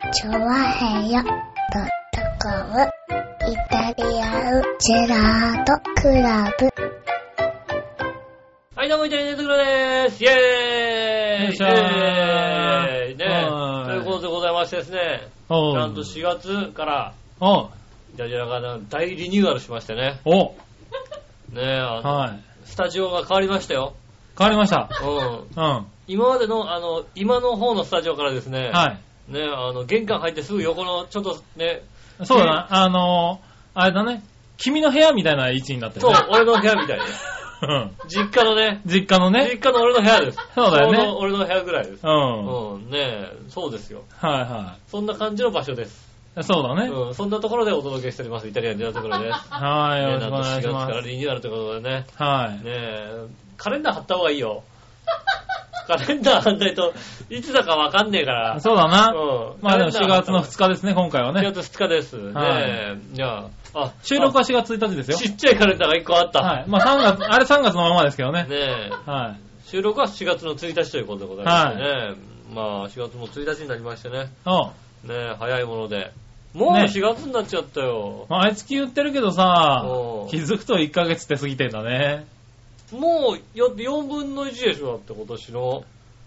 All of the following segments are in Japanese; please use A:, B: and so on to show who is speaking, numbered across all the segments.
A: チョワヘヨ.com イタリアンジェラートクラブ。
B: はい、どうもイタリアンジェラートクラブでーす。イェーイ、
C: よいしょー。
B: ね、ということでございましてですね、なんと4月からイタリアが大リニューアルしましてね。
C: お
B: ね、
C: はい。
B: スタジオが変わりましたよ。
C: 変わりました。
B: うん。今までの今の方のスタジオからですね。
C: はい。
B: ね、玄関入ってすぐ横のちょっとね。
C: そうだな、あれだね。君の部屋みたいな位置になってるね。
B: そう、俺の部屋みたいで。
C: うん。
B: 実家のね。
C: 実家のね。
B: 実家の俺の部屋です。
C: そうだよね。
B: 俺の部屋ぐらいです。
C: うん。
B: うん。ね、そうですよ。
C: はいはい。
B: そんな感じの場所です。
C: そうだね。
B: うん。そんなところでお届けしております。イタリアンジェラートクラブです。
C: はい、よろしくお願いします。
B: 4月からリニューアルということでね。
C: はい。
B: ねカレンダー貼った方がいいよ。カレンダー貼んないといつだかわかんねえから。
C: そうだな。
B: うん。
C: まあでも4月の2日ですね、今回はね。
B: 4月2日です。
C: はい
B: ねじゃあ、
C: 収録は4月1日ですよ。
B: ちっちゃいカレンダーが1個あった。
C: はい。まあ3月、あれ3月のままですけどね。
B: ねえ。
C: はい。
B: 収録は4月の1日ということでございましてね。はい、まあ4月も1日になりましてね。ねえ、早いもので。もう4月になっちゃったよ。
C: 毎月言ってるけどさ、気づくと1ヶ月って過ぎてんだね。
B: もう4分の1でしょだって今年の。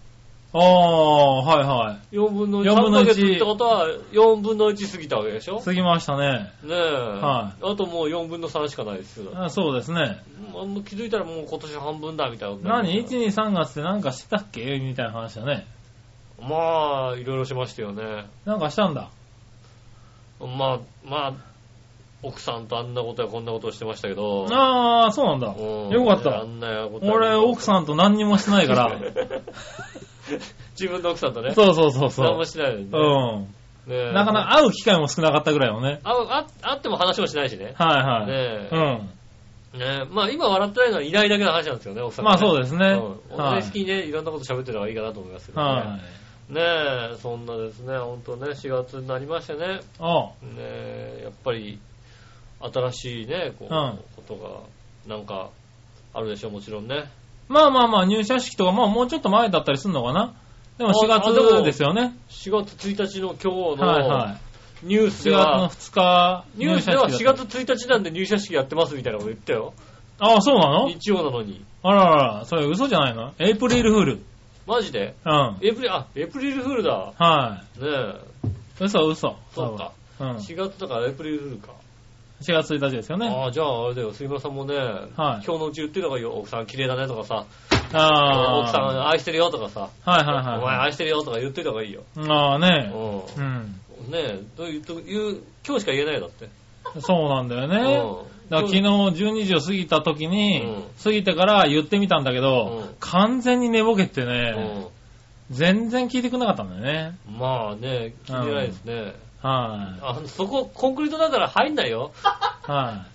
C: はいはい。
B: 4分の1。3ヶ月ってことは4分の1過ぎたわけでしょ。
C: 過ぎましたね。
B: ねえ。はい。あともう4分の3しかないですよ。
C: そうですね。
B: 気づいたらもう今年半分だみたいな。
C: 何 ?1、2、3月ってなんかしてたっけみたいな話だね。
B: まあ、いろいろしましたよね。
C: なんかしたんだ。
B: まあ、奥さんとあんなことやこんなことをしてましたけど。
C: ああ、そうなんだ。よかった。俺、奥さんと何にもしてないから。
B: 自分の奥さんとね。
C: そう。
B: 何もしてないよね。
C: うん。ね、なかなか会う機会も少なかったぐらいよね。
B: 会っても話もしないしね。
C: はいはい。
B: ねねまあ今笑ってないのはいないだけの話なんですよね、奥さん、ね。ま
C: あそうですね。
B: 俺好きにね、いろんなこと喋ってた方がいいかなと思いますけどね。はい。ねえ、そんなですね、ほんとね、4月になりましてね。ねえ、やっぱり、新しいね、ことが、なんか、あるでしょ、もちろんね。
C: まあ、入社式とか、まあもうちょっと前だったりするのかな。でも4月ですよね。
B: 4月1日の今日のニュースでは、
C: 4月の2日、
B: ニュースでは4月1日なんで入社式やってますみたいなこと言ったよ。
C: ああ、そうなの？
B: 日曜なのに。
C: あら、それ嘘じゃないの？エイプリルフール。
B: マジで？
C: うん。
B: エイプリルフールだ。
C: はい。
B: ねえ。
C: 嘘。
B: そうか。4月だからエイプリルフールか。
C: 4月1日ですよね。
B: ああ、じゃああれだよ、杉村さんもね、今日のうち言ってた方がいいよ。奥さん綺麗だねとかさ。奥さん愛してるよとかさ。
C: はい。
B: お前愛してるよとか言ってた方がいいよ。
C: ああね。
B: うん。ねえ、どういう、今日しか言えないよだって。
C: そうなんだよね。だから昨日12時を過ぎた時に、過ぎてから言ってみたんだけど、完全に寝ぼけてね、全然聞いてくれなかったんだよね。
B: まあね、聞いてないですね。
C: はい。
B: そこ、コンクリートだから入んないよ。
C: はい。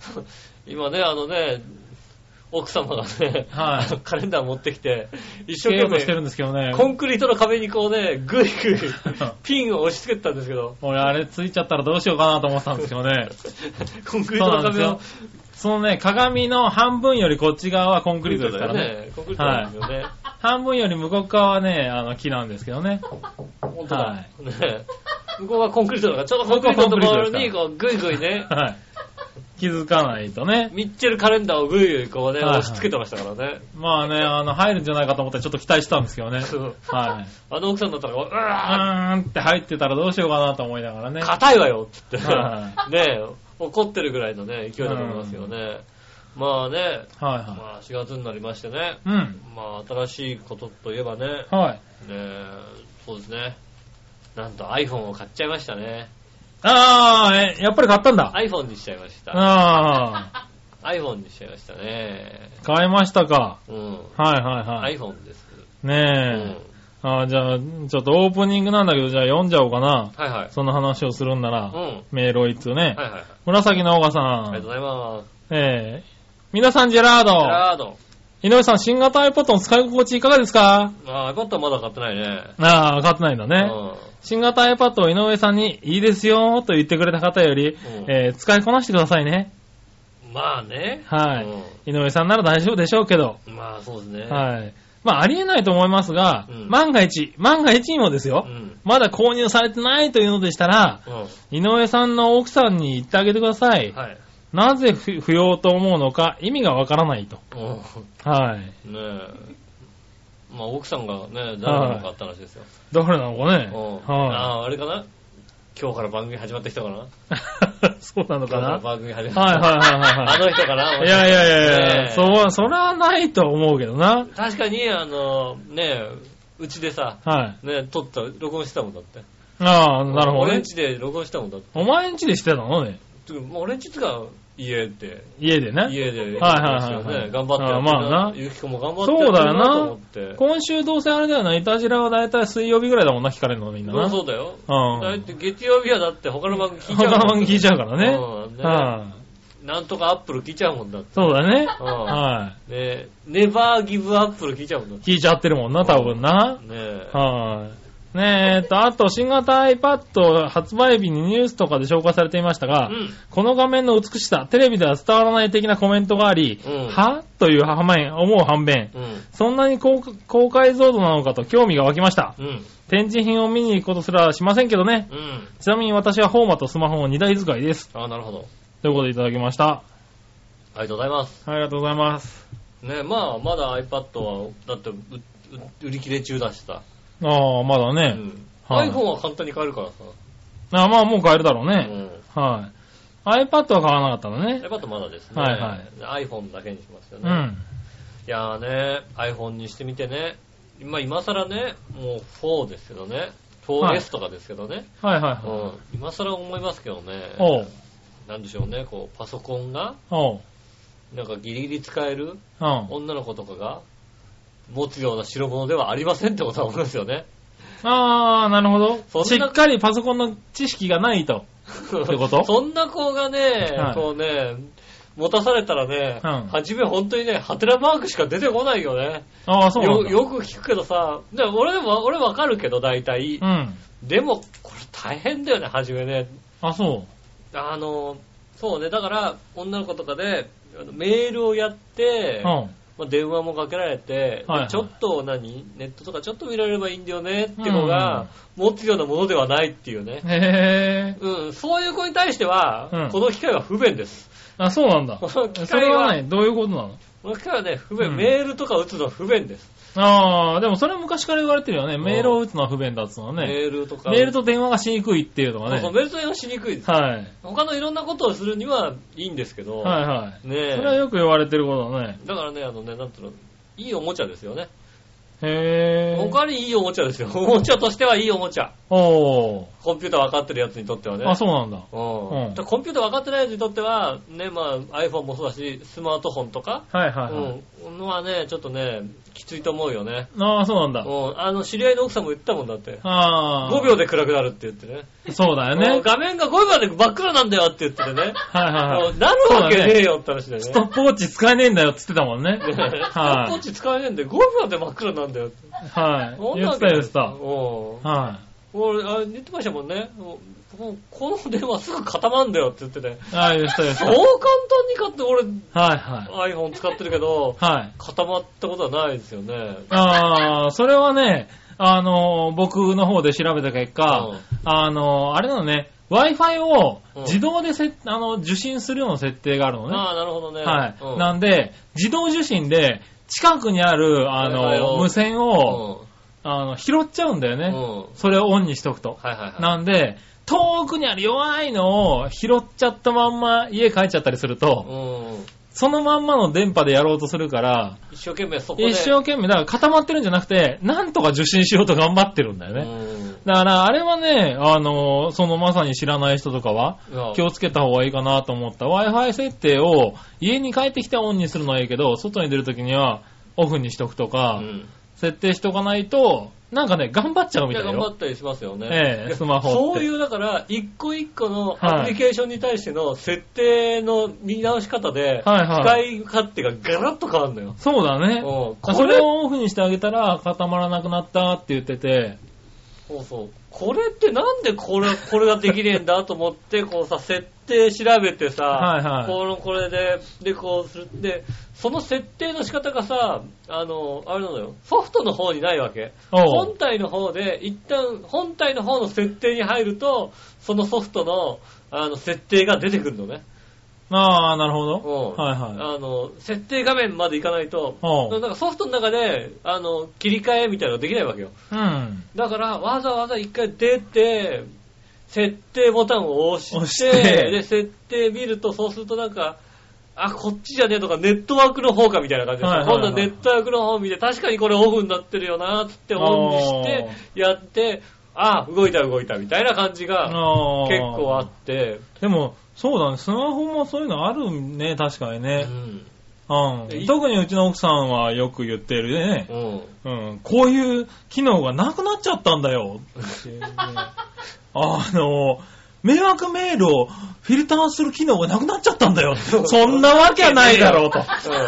B: 今ね、奥様がね、カレンダー持ってきて、一生懸命
C: してるんですけどね。
B: コンクリートの壁にこうね、ぐいピンを押し付けてたんですけど。
C: 俺あれついちゃったらどうしようかなと思ってたんですけどね。
B: コンクリートの壁を。
C: そのね、鏡の半分よりこっち側はコンクリートですから
B: ね。コンクリートなんですよね。
C: 半分より向こう側はね、木なんですけどね。
B: 本当だ。ね。向こうはコンクリートだから、ちょうどコンクリートのところにこうぐいぐいね。
C: はい。気づかないとね。
B: ミッチェルカレンダーをぐいぐいこうね、押し付けてましたからね。
C: まあね、入るんじゃないかと思ってちょっと期待したんですけどね。はい。
B: 奥さんだったらうわ
C: ーって入ってたらどうしようかなと思いながらね。
B: 硬いわよって言って。ね怒ってるぐらいのね、勢いだと思いますよね。まあね。まあ4月になりましてね。まあ新しいことといえばね。そうですね。なんと iPhone を買っちゃいましたね。
C: やっぱり買ったんだ。
B: iPhone にしちゃいました。iPhone にしちゃいましたね。
C: 買いましたか。
B: はい。iPhone です。
C: ねえ。じゃあ、ちょっとオープニングなんだけど、じゃあ読んじゃおうかな。
B: はい。
C: その話をするんなら、メールを一通ね。
B: はい。
C: 紫の岡さん。
B: ありがとうございます。
C: 皆さん、ジェラード。井上さん、新型 iPod の使い心地いかがですか
B: ？iPod はまだ買ってないね。
C: 買ってないんだね。新型 iPad を井上さんにいいですよと言ってくれた方より、使いこなしてくださいね。
B: まあね。
C: はい。井上さんなら大丈夫でしょうけど。
B: まあそうですね。
C: はい。 まあ、ありえないと思いますが、万が一にもですよ、まだ購入されてないというのでしたら、井上さんの奥さんに言ってあげてください。はい、なぜ不要と思うのか意味がわからないと。はい。ね
B: え。まあ、奥さんがね、誰なのかって話ですよ。
C: 誰なのかね。
B: あれかな、今日から番組始まった人かな
C: そうなのかな、
B: 今日から番組始まった人。あの人かな。
C: いや、それはないと思うけどな。
B: 確かに、ね、うちでさ、ね、録音してたもんだって。
C: ああ、なるほど、ね。
B: 俺んちで録音したもんだって。
C: お前んちでしてたのね。
B: 俺んちつか、家でね。
C: 家で。
B: 頑張ってやって
C: まあな。
B: ゆきこも頑張ってやってるなと思って。
C: 今週どうせあれだよな、イタジラはだいたい水曜日ぐらいだもんな、聞かれるのみんなな。
B: そうだよ。だいたい月曜日はだって他の番組聞いちゃう。
C: 他の番組聞いちゃうからね。
B: なんとかアップル聞いちゃうもんだって。
C: そうだね。
B: はい。ね、ネバーギブアップル聞いちゃうもんだって。
C: 聞いちゃってるもんな、多分な。
B: ね
C: はい。ねえ、あと、新型 iPad 発売日にニュースとかで紹介されていましたが、この画面の美しさ、テレビでは伝わらない的なコメントがあり、はという思う反面、そんなに高解像度なのかと興味が湧きました。展示品を見に行くことすらしませんけどね。ちなみに私はフォーマとスマホを2台使いです。
B: なるほど。
C: ということでいただきました。
B: ありがとうございます。
C: ありがとうございます。
B: ね、まあ、まだ iPad は、だって売り切れ中だしさ。
C: ああ、まだね。
B: iPhone は簡単に買えるからさ。
C: まあもう買えるだろうね。はい。iPad は買わなかったのね。
B: iPad まだですね。iPhone だけにしますよね。いやーね、iPhone にしてみてね。今更ね、もう4ですけどね。4S とかですけどね。今更思いますけどね。なんでしょうね、こう、パソコンが、なんかギリギリ使える女の子とかが、持つような代物ではありませんってことは思いますよね。
C: ああ、なるほど。しっかりパソコンの知識がないと。ってこと
B: そんな子がね、こうね、持たされたらね、初め本当にね、ハテナマークしか出てこないよね。
C: ああ、そうなんだ。
B: よく聞くけどさ、俺わかるけど、大体。でも、これ大変だよね、初めね。
C: あ、そう。
B: そうね、だから、女の子とかで、メールをやって、電話もかけられて、ちょっとネットとかちょっと見られればいいんだよねっていうのが、持つようなものではないっていうね。そういう子に対しては、この機会は不便です。
C: あ、そうなんだ。
B: この機会は
C: それはね、どういうことなの？
B: この機会はね、不便、メールとか打つのは不便です。
C: ああ、でもそれは昔から言われてるよね。メールを打つのは不便だっつうのはね。
B: メール
C: と電話がしにくいっていうのがね。
B: そう、メールと電話しにくいです。はい。他のいろんなことをするにはいいんですけど。ね、
C: それはよく言われてることだね。
B: だからね、なんていうの、いいおもちゃですよね。
C: へぇー。
B: 他にいいおもちゃですよ。おもちゃとしてはいいおもちゃ。コンピューター分かってるやつにとってはね。
C: あ、そうなんだ。
B: コンピューター分かってないやつにとっては、ね、iPhone もそうだし、スマートフォンとか。のはね、ちょっとね、きついと思うよね。
C: ああ、そうなんだ。
B: 知り合いの奥さんも言ったもんだって。
C: 5
B: 秒で暗くなるって言ってね。
C: そうだよね。
B: 画面が5秒で真っ暗なんだよって言っててね。なるわけねえよって話だよね。
C: ストップウォッチ使えねえんだよって言ってたもんね。
B: ストップウォッチ使えねえんで5秒で真っ暗なんだよって。
C: 言ってた。
B: 俺、言ってましたもんね。この電話すぐ固まんだよって言ってて。
C: 言ってた。
B: そう簡単に買って俺、iPhone 使ってるけど、固まったことはないですよね。
C: それはね、僕の方で調べた結果、あれなのね、Wi-Fi を自動で受信するような設定があるのね。
B: なるほどね。
C: なんで、自動受信で近くにある、無線を、拾っちゃうんだよね。それをオンにしとくと。なんで、遠くにある弱いのを拾っちゃったまんま家帰っちゃったりすると、そのまんまの電波でやろうとするから、
B: 一生懸命そこで。
C: だから固まってるんじゃなくて、なんとか受信しようと頑張ってるんだよね。だからあれはね、そのまさに知らない人とかは気をつけた方がいいかなと思った。Wi-Fi 設定を家に帰ってきてオンにするのはいいけど、外に出るときにはオフにしとくとか、設定しとかないと、なんかね、頑張っちゃうみたいな。
B: 頑張ったりしますよね。
C: スマホって。
B: そういう、だから、一個一個のアプリケーションに対しての設定の見直し方で、使い勝手がガラッと変わるのよ。
C: そうだね。それをオフにしてあげたら固まらなくなったって言ってて。
B: そう。 これってなんでこれができねえんだと思って、こうさ、設定調べてさ、はいはい、これで、こうする。で、その設定の仕方がさ、あれなのよ、ソフトの方にないわけ。本体の方で、一旦、本体の方の設定に入ると、そのソフトの、設定が出てくるのね。
C: ああ、なるほど。はい
B: はい。設定画面までいかないと、なんかソフトの中で、切り替えみたいなのができないわけよ。うん。だから、わざわざ一回出て、設定ボタンを押して、で、設定見ると、そうするとなんか、こっちじゃねえとか、ネットワークの方かみたいな感じで、今度はネットワークの方見て、確かにこれオフになってるよな、つってオンにして、やって、動いたみたいな感じが結構あって。
C: でも、そうだね、スマホもそういうのあるね、確かにね。特にうちの奥さんはよく言ってるね。こういう機能がなくなっちゃったんだよ。っていうね、迷惑メールをフィルターする機能がなくなっちゃったんだよ。そんなわけはないだろうと。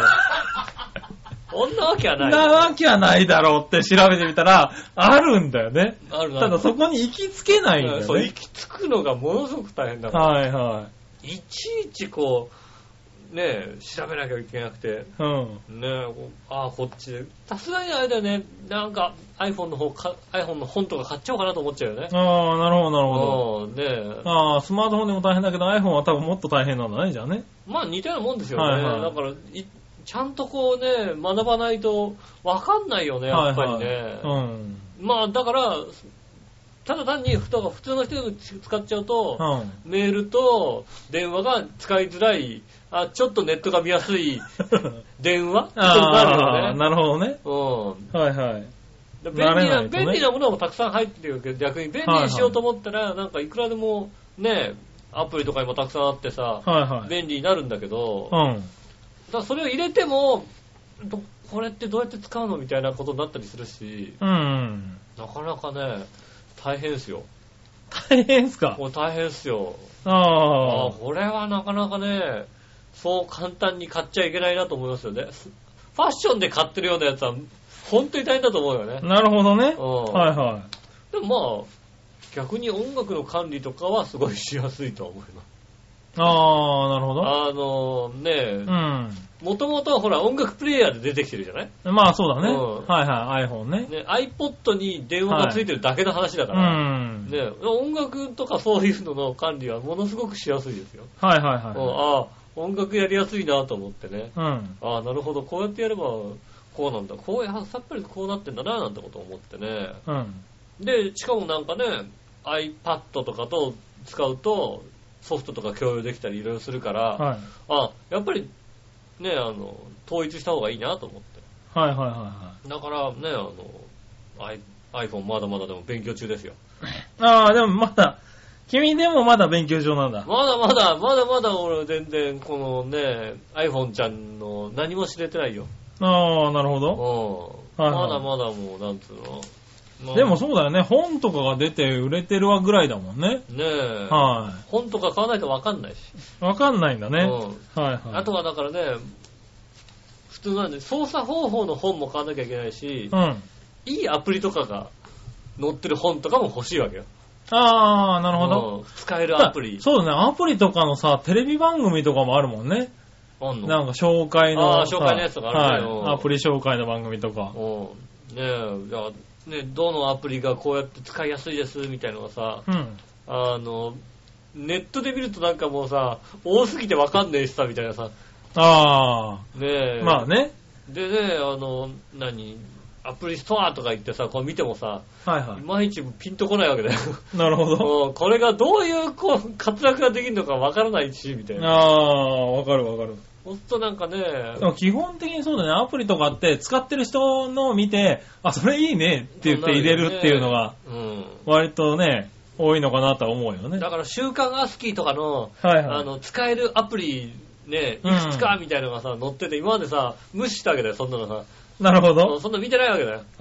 B: そんなわけはない。
C: そんなわけはないだろうって調べてみたら、あるんだよね。ただそこに行きつけないんだよね。
B: そう、行き着くのがものすごく大変だから。
C: はいはい。
B: いちいちこう、ね、調べなきゃいけなくて。ね、こっちで。さすがにあれだよね、なんか iPhone の本とか買っちゃおうかなと思っちゃうよね。
C: なるほど、なるほど。ね、スマートフォンでも大変だけど iPhone は多分もっと大変なんだね、じゃあね。
B: まあ似たようなもんですよね。だから、ちゃんとこうね、学ばないと分かんないよね、やっぱりね。まあだから、ただ単に普通の人が使っちゃうと、メールと電話が使いづらい、ちょっとネットが見やすい電話ってなるよね。
C: なるほどね。はいはい。
B: 便利なものもたくさん入ってるけど、逆に便利にしようと思ったら、なんかいくらでもね、アプリとかにもたくさんあってさ、便利になるんだけど、だからそれを入れても、これってどうやって使うのみたいなことになったりするし、なかなかね、大変ですよ。
C: 大変ですか？
B: もう大変ですよ。これはなかなかね、そう簡単に買っちゃいけないなと思いますよね。ファッションで買ってるようなやつは、本当に大変だと思うよね。
C: なるほどね。はいはい。
B: でもまあ、逆に音楽の管理とかはすごいしやすいと思います。
C: なるほど。
B: もともとほら音楽プレイヤーで出てきてるじゃない？
C: まあそうだね。はいはい、iPhone ね。
B: iPod に電話がついてるだけの話だから、音楽とかそういうのの管理はものすごくしやすいですよ。
C: はいはいは
B: い。音楽やりやすいなと思ってね。なるほど、こうやってやればこうなんだ。さっぱりこうなってんだななんてことを思ってね。で、しかもなんかね、iPad とかと使うと、ソフトとか共有できたりいろいろするから、やっぱりね、統一した方がいいなと思って。だからね、iPhone まだまだでも勉強中ですよ。
C: でもまだ、君でもまだ勉強中なんだ。
B: まだまだ俺全然このね、iPhone ちゃんの何も知れてないよ。
C: なるほど。
B: まだまだもう、なんつうの。
C: でもそうだよね。本とかが出て売れてるわぐらいだもんね。
B: ねえ。本とか買わないと分かんないし。
C: 分かんないんだね。
B: あとはだからね、普通なんで操作方法の本も買わなきゃいけないし、いいアプリとかが載ってる本とかも欲しいわけよ。
C: なるほど。
B: 使えるアプリ。
C: そうだね。アプリとかのさ、テレビ番組とかもあるもんね。なんか紹介の。
B: 紹介のやつとかあるよ。
C: アプリ紹介の番組とか。
B: どのアプリがこうやって使いやすいですみたいなのがさ、ネットで見るとなんかもうさ、多すぎてわかんねえしさみたいなさ。まあ
C: ね。
B: でね、アプリストアとか行ってさ、こう見てもさ、いまいちピンとこないわけだよ。
C: なるほど。
B: これがどういう活躍ができるのかわからないし、みたいな。
C: わかるわかる。
B: ほんとなんかね。
C: でも基本的にそうだね。アプリとかって使ってる人のを見て、それいいねって言って入れるっていうのが、割とね、多いのかなとは思うよね。
B: だから週刊アスキーとかの、使えるアプリね、いくつかみたいなのがさ、載ってて、今までさ、無視したわけだよ、そんなのさ。
C: なるほど。
B: そんな見てないわけだよ。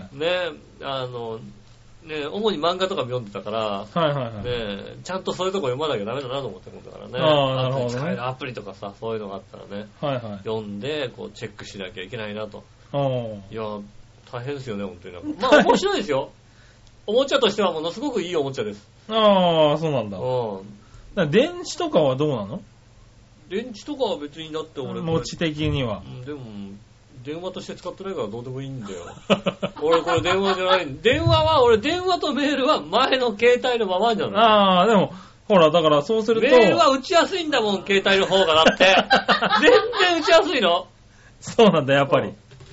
B: 主に漫画とか読んでたから、ちゃんとそういうとこ読まなきゃダメだなと思って思ったからね。
C: なるほどね。
B: 使えるアプリとかさ、そういうのがあったらね、読んで、こう、チェックしなきゃいけないなと。いや、大変ですよね、本当に。まあ、面白いですよ。 おもちゃとしてはものすごくいいおもちゃです。
C: ああ、そうなんだ。だ電池とかはどうなの？
B: 電池とかは別にだって俺
C: 持ち的には。
B: でも、電話として使ってないからどうでもいいんだよ。俺これ電話じゃない。電話とメールは前の携帯のままじゃない。
C: ああ、でも、ほら、だからそうすると。
B: メールは打ちやすいんだもん、携帯の方がだって。全然打ちやすいの。
C: そうなんだ、やっぱり。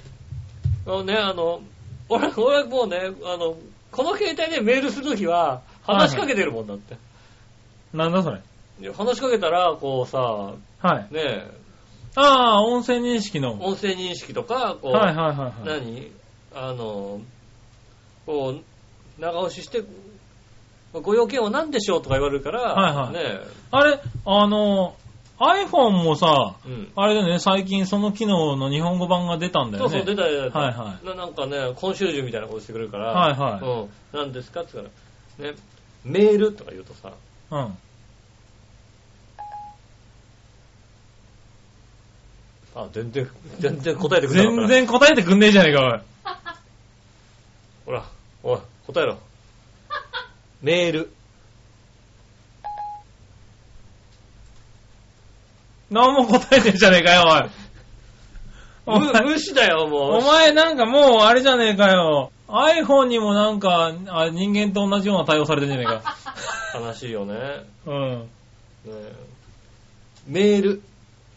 B: 俺もうね、この携帯でメールするときは、話しかけてるもんだって。
C: なんだそれ。
B: 話しかけたら、こうさ、
C: はい。
B: ねえ。
C: ああ、音声認識の。
B: 音声認識とか、こう、
C: はいはいはい、はい。
B: こう、長押しして、ご用件は何でしょうとか言われるから、
C: はいはい。
B: ね
C: あれ、iPhone もさ、あれだね、最近その機能の日本語版が出たんだよね。
B: そう、出た。はい
C: はい。
B: なんかね、コンシェルジュみたいなことしてくれるから、
C: はいはい。
B: 何ですかって言ったら、ね、メールとか言うとさ、全然答えてくれなかった。
C: 全然答えてくんねえじゃねえか、おい。
B: ほら、おい、答えろ。メール。
C: 何も答えてんじゃねえかよ、
B: おい。無視だよ、もう。
C: お前なんかもう、あれじゃねえかよ。iPhone にもなんか、人間と同じような対応されてんじゃねえか。
B: 悲しいよね。
C: ね、
B: メール。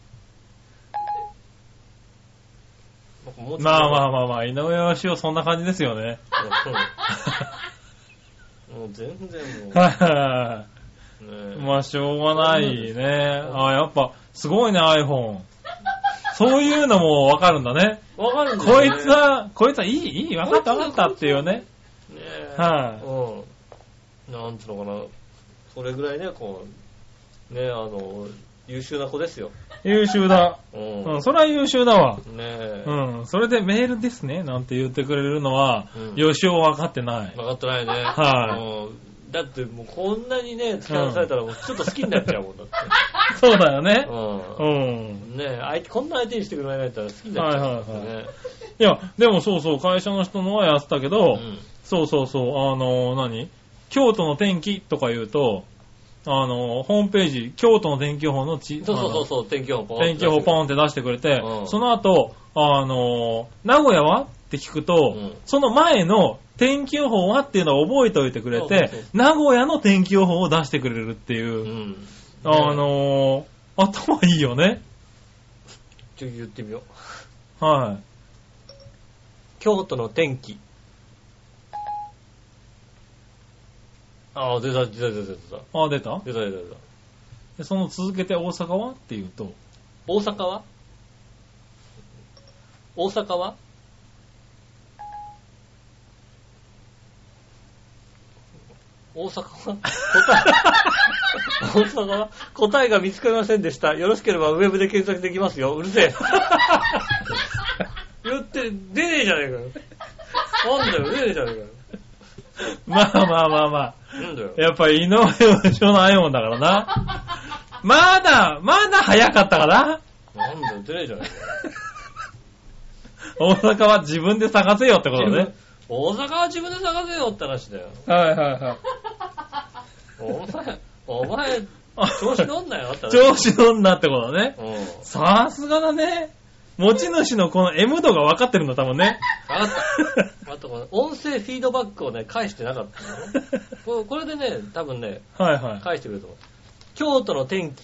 C: まあ、井上芳雄そんな感じですよね。
B: もう全然もう。
C: まあ、しょうがないね。やっぱ、すごいね、iPhone。そういうのもわかるんだね。
B: わかるんだ
C: ね。こいつは、いい、わかったっていうね。
B: なんつうのかな。それぐらいね、こう、ね、優秀な子ですよ。
C: 優秀だ。それは優秀だわ。
B: ね
C: それでメールですね、なんて言ってくれるのは、よしお分かってない。
B: 分かってないね。だってもうこんなにね、使わされたらもうちょっと好きになっちゃうもんだって。
C: そうだよね。
B: ねこんな相手にしてくれないんだったら好きになっちゃうんだってね。
C: いや、でもそう、会社の人のはやってたけど、そう、京都の天気とか言うと、ホームページ、京都の天気予報の
B: そう、天気予報
C: ポンって出してくれて、その後、名古屋はって聞くと、その前の天気予報はっていうのを覚えておいてくれて、名古屋の天気予報を出してくれるっていう、頭いいよね。
B: ちょっと言ってみよ
C: う。はい。
B: 京都の天気。出た。
C: 出た。で、その続けて大阪はって言うと。
B: 大阪は大阪は答えが見つかりませんでした。よろしければウェブで検索できますよ。うるせえ。言って出ねえじゃねえかよ。なんだよ、出ねえじゃねえかよ。
C: まあ。やっぱり井上芳雄のiPhoneだからな。まだ早かったかな。
B: なんだよ、出ねえじゃねえか
C: よ。大阪は自分で探せよってことね。
B: 大阪は自分で探せよって話だよ。
C: はい。
B: お前、調子乗んなよって話。
C: 調子乗んなってことね。さすがだね。持ち主のこの M 度が分かってるんだ、多分ね。
B: 分かった。あとこの音声フィードバックをね、返してなかったの。これでね、多分ね、返してくれると思う。京都の天気。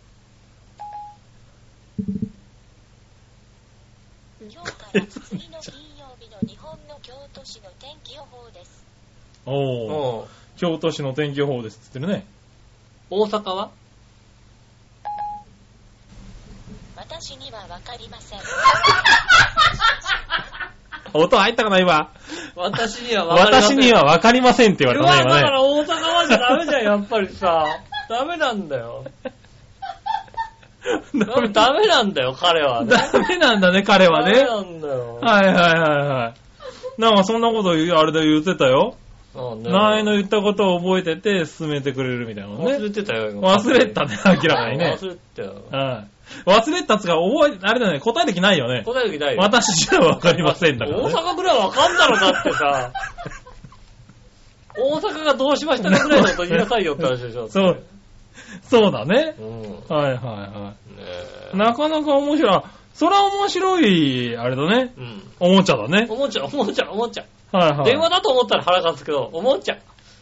A: 今日から次の金曜日の日本の京都市の天気予報です。
C: 京都市の天気予報ですって言ってるね。
B: 大阪は
A: 私にはわかりません。
C: 音入ったかな今。
B: 私にはわかりません
C: って言われたね今ね。
B: だから大阪はじゃダメじゃん、やっぱりさ。ダメなんだよ。ダメなんだよ、彼はね。
C: ダメなんだね、彼はね。
B: ダメなんだよ。
C: はい。なんかそんなことあれで言ってたよ。前の言ったことを覚えてて進めてくれるみたいなのね。
B: 忘れてたよ、
C: 今。忘れたね、明らかにね。
B: 忘れてたよ。
C: 忘れたつかあれだね、答える気ないよね。
B: 答える気ないよ。
C: 私じゃわかりませんだから、ね。
B: 大阪ぐらいわかんだろ、だってさ。 大阪がどうしましたかぐらいのこと言いなさいよって話でしょ。
C: そうだね。はいはいはい。なかなか面白い。それは面白い、あれだね。おもちゃだね。
B: おもちゃ。
C: はいはい。
B: 電話だと思ったら腹立つけど、おもちゃ。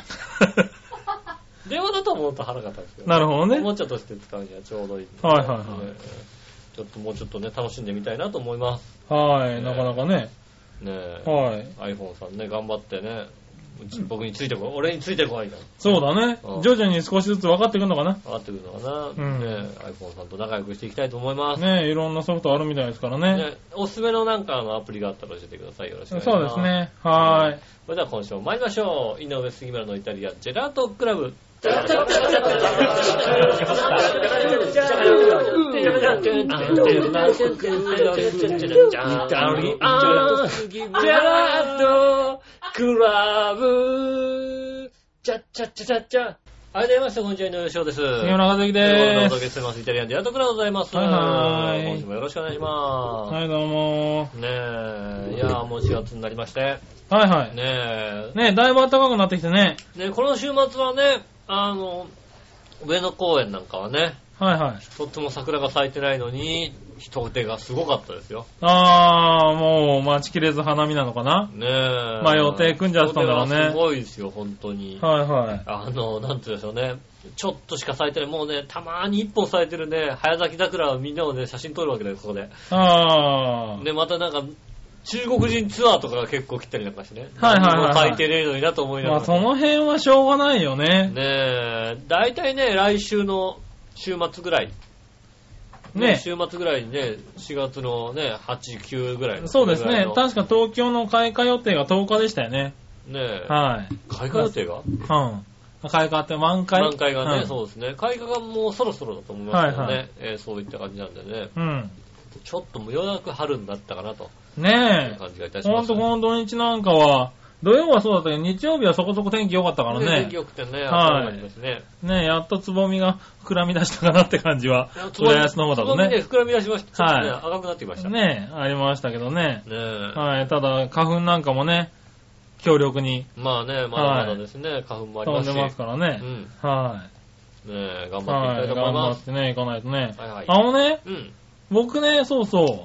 B: 電話だと思うと腹が立つけど。
C: なるほどね。
B: おもちゃとして使うにはちょうどいい。
C: はいはいはい。
B: ちょっともうちょっとね、楽しんでみたいなと思います。
C: はい、なかなかね。
B: ねえ。
C: はい。
B: iPhone さんね、頑張ってね。僕についてこい。俺についてこいよ。
C: そうだね。徐々に少しずつ分かってくるのかな。
B: 分かってくるのかな。ねえ、iPhone さんと仲良くしていきたいと思います。
C: ねえ、いろんなソフトあるみたいですからね。
B: ね、おすすめのなんかアプリがあったら教えてください。よろしくお願いします。
C: そうですね。はい。
B: それでは今週も参りましょう。井上杉村のイタリアンジェラートクラブ。はい、どうもみなさん、こんにちは、井上翔です。
C: 杉村和之でーす。
B: お届けしてます。イタリアンジェラートクラブでございます。
C: はい。
B: 今週もよろしくお願いします。
C: はい、どうも。
B: ねえ、いやーもう4月になりまして。
C: はいはい。
B: ね
C: え、だいぶ暖かくなってきてね。
B: ね、この週末はね、上野公園なんかはね、
C: はいはい。
B: とっても桜が咲いてないのに、人手がすごかったですよ。
C: もう待ちきれず花見なのかな。
B: ねえ。
C: まあ予定組んじゃったんだろうね。
B: すごいですよ、本当に。
C: はいはい。
B: なんて言うんでしょうね。ちょっとしか咲いてない。もうね、たまーに1本咲いてるね、早咲き桜をみんなをね、写真撮るわけです、ここで。で、またなんか、中国人ツアーとかが結構来たりなんかしてね。
C: はいはいはい。
B: 咲いてねえのになと思いながら。
C: まあその辺はしょうがないよね。
B: ねえ、だいたいね、来週の週末ぐらい。ね、週末ぐらいにね、4月のね、8、9ぐらいの。
C: そうですね。確か東京の開花予定が10日でしたよね。
B: ねえ。
C: はい。
B: 開花予定が？
C: 開花って満開？
B: 満開がね、そうですね。開花がもうそろそろだと思いますけどね。そういった感じなんでね。ちょっともうようやく春になったかなと。
C: ねえ。
B: 感じがいたします。
C: ほんとこの土日なんかは、土曜はそうだったけど、日曜日はそこそこ天気良かったからね。
B: 天気良くてね、はい。ね
C: え、やっとつぼみが膨らみ出したかなって感じは、浦安の方だとね。
B: つぼみね、膨らみ出しました。はい。赤くなってきました。
C: ねえ、ありましたけどね。
B: ねえ。
C: はい。ただ、花粉なんかもね、強力に。
B: まあね、まだまだですね、花粉もありますし。
C: 飛んでますからね。はい。
B: ねえ、頑張っていきたいと思います。
C: 頑張ってね、行かないとね。僕ね、そうそう。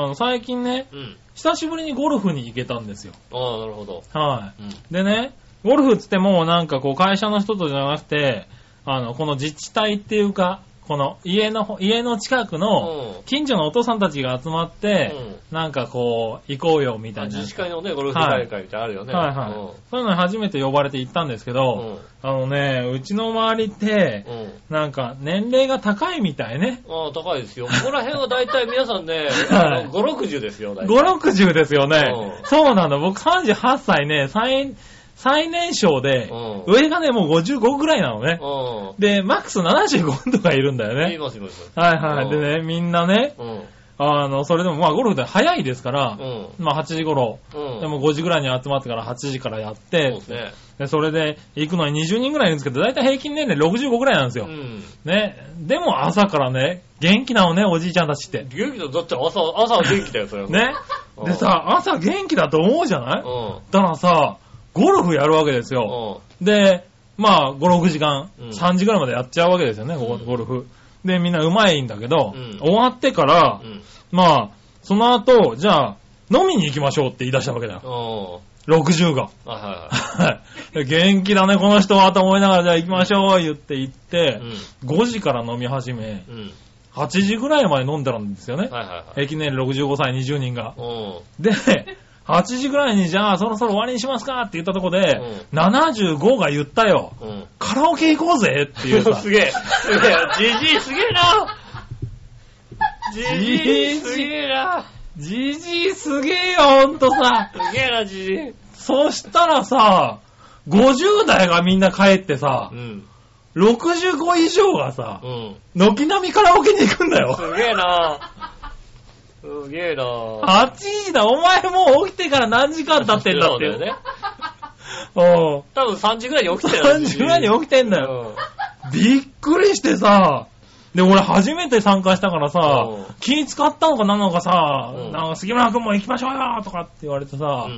C: 最近ね、久しぶりにゴルフに行けたんですよ。
B: ああ、なるほど。
C: はい。でね、ゴルフっつってもなんかこう会社の人とじゃなくて、この自治体っていうか、この家の近くの近所のお父さんたちが集まって、なんかこう、行こうよみたいな。
B: 自治会のね、ゴルフ大会みたいなあるよね。
C: はいはい。そういうのに初めて呼ばれて行ったんですけど、うちの周りって、なんか年齢が高いみたいね。
B: ああ、高いですよ。ここら辺は大体皆さんね、5、60ですよ、大体。
C: 5、60ですよね。そうなんだ。僕38歳ね、最年少で、上がね、もう55ぐらいなのね。で、マックス75とかいるんだよね。
B: います。
C: はいはい。でね、みんなね、それでもまあゴルフで早いですから、まあ8時頃、でも5時ぐらいに集まってから8時からやって、それで行くのに20人ぐらいいるんですけど、だいたい平均年齢65ぐらいなんですよ。ね。でも朝からね、元気なのね、おじいちゃんたちって。
B: 元気だ、だって朝は元気だよ、それは。
C: ね。でさ、朝元気だと思うじゃない？だからさ、ゴルフやるわけですよ。で、まあ、5、6時間、3時ぐらいまでやっちゃうわけですよね、ゴルフ。で、みんな上手いんだけど、終わってから、まあ、その後、じゃあ、飲みに行きましょうって言い出したわけだよ。60が。元気だね、この人はと思いながら、じゃあ行きましょう、言って5時から飲み始め、8時ぐらいまで飲んでたんですよね。平均年齢65歳20人が。で、8時ぐらいにじゃあそろそろ終わりにしますかって言ったとこで、75が言ったよ。カラオケ行こうぜっていうさ。
B: すげえ。じじいすげえな。じじいすげえな。
C: じじいすげえよ、ほんとさ。
B: すげえな、じじい。
C: そしたらさ、50代がみんな帰ってさ、65以上がさ、軒並みカラオケに行くんだよ。
B: すげえな。すげえなぁ。
C: 8時だ、お前もう起きてから何時間経ってんだっていうね。
B: 多分3時ぐらいに起きてる。
C: 3時ぐらいに起きてんだよ。びっくりしてさ、で、俺初めて参加したからさ、気使ったのか何なのかさ、なんか杉村くんも行きましょうよとかって言われてさ、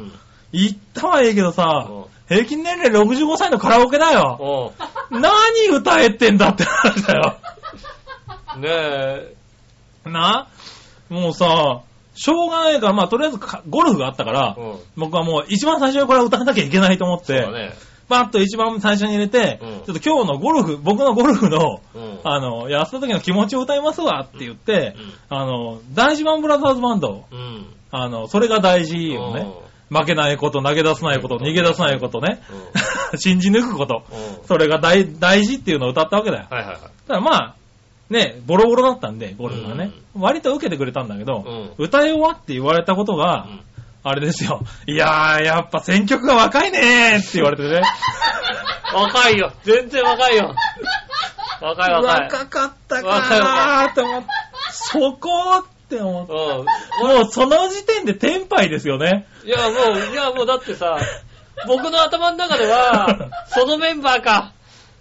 C: 行ったはいいけどさ、平均年齢65歳のカラオケだよ。何歌えってんだって話だよ。
B: ねえ。
C: もうさ、しょうがないから、とりあえずゴルフがあったから、僕はもう一番最初にこれ歌わなきゃいけないと思って、バッと一番最初に入れて、ちょっと今日の僕のゴルフの、やった時の気持ちを歌いますわって言って、大事マンブラザーズバンド、それが大事よね。負けないこと、投げ出さないこと、逃げ出さないことね。信じ抜くこと。それが大事っていうのを歌ったわけだよ。だからね、ボロボロだったんで、ゴルフがね。割と受けてくれたんだけど、歌い終わって言われたことが、あれですよ。いやー、やっぱ選曲が若いねーって言われてね。
B: 若いよ。全然若いよ。若い。
C: 若かったかーって思って。そこって思って。もうその時点でテンパイですよね。
B: いやもうだってさ、僕の頭の中では、そのメンバーか、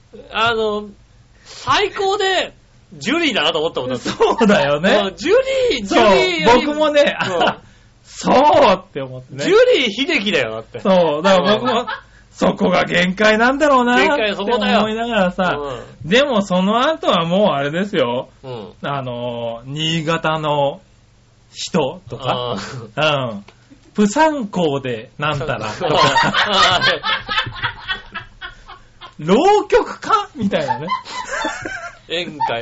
B: 最高で、ジュリーだなと思ったもんだって。
C: そうだよね。
B: ジュリー
C: 僕もね、そうって思ってね。
B: ジュリー秀樹だよ、だって。
C: そう、だから僕も、そこが限界なんだろうなって思いながらさ、でもその後はもうあれですよ、新潟の人とか、プサン港でなんたらとか、浪曲かみたいなね。
B: 演歌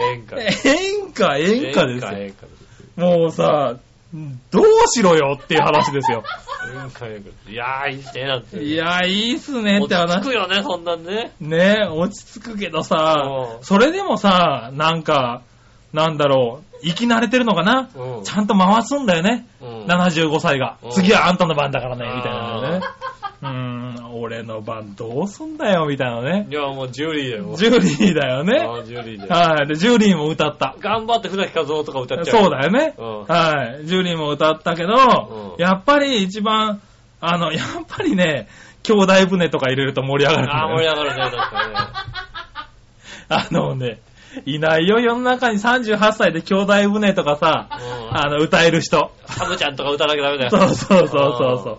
C: ですよ。もうさ、どうしろよっていう話ですよ。
B: いやー、いいっすね、なんて。
C: いやー、いいっすねって話。
B: 落ち着くよね、そんなんね。
C: ね、落ち着くけどさ、それでもさ、なんだろう、生き慣れてるのかな、ちゃんと回すんだよね。75歳が。次はあんたの番だからね、みたいなのね。俺の番どうすんだよ、みたいなね。
B: いや、もうジュリーだよ。
C: ジュリーだよね。
B: ジュリーだよ。
C: はい。で、ジュリーも歌った。
B: 頑張って船木和夫とか歌っちゃう。
C: そうだよね。はい。ジュリーも歌ったけど、やっぱり一番、やっぱりね、兄弟船とか入れると盛り上がるんだよね。
B: 盛り上がるね、確かにね。
C: いないよ、世の中に38歳で兄弟船とかさ、歌える人。
B: ハムちゃんとか歌わなきゃダメだよ。
C: そう。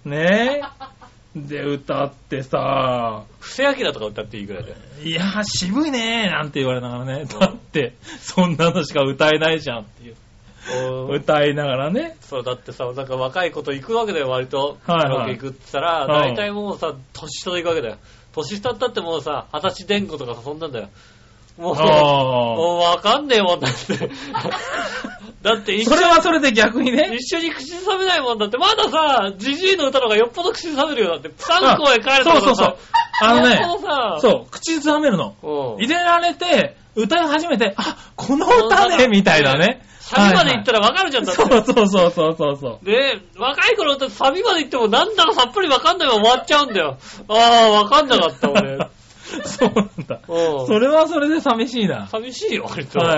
C: ねえ。で、歌ってさ、
B: 布施明とか歌っていいぐらいだよ。
C: いやー、渋いねーなんて言われながらね。だって、そんなのしか歌えないじゃんっていう。歌いながらね。
B: そう、だってさ、なんか若い子と行くわけだよ、割と。カラオケ行くって言ったら、大体もうさ、年下と行くわけだよ。年下ったってもうさ、20歳前後とかそんなんだよ。もうわかんねえもんだって。だって
C: それはそれで逆にね。
B: 一緒に口ずさめないもんだって。まださ、ジジイの歌の方がよっぽど口ずさめるよ。だって、プサンコへ帰るとかさ。
C: そう。そう、口ずさめるの。入れられて、歌い始めて、この歌ね、みたいなね。
B: サビまで行ったらわかるじゃんだって。
C: そう。
B: で、若い頃ってサビまで行ってもなんだかさっぱりわかんないまま終わっちゃうんだよ。わかんなかった俺。
C: そうなんだ。それはそれで寂しいな。
B: 寂しいよ、割と。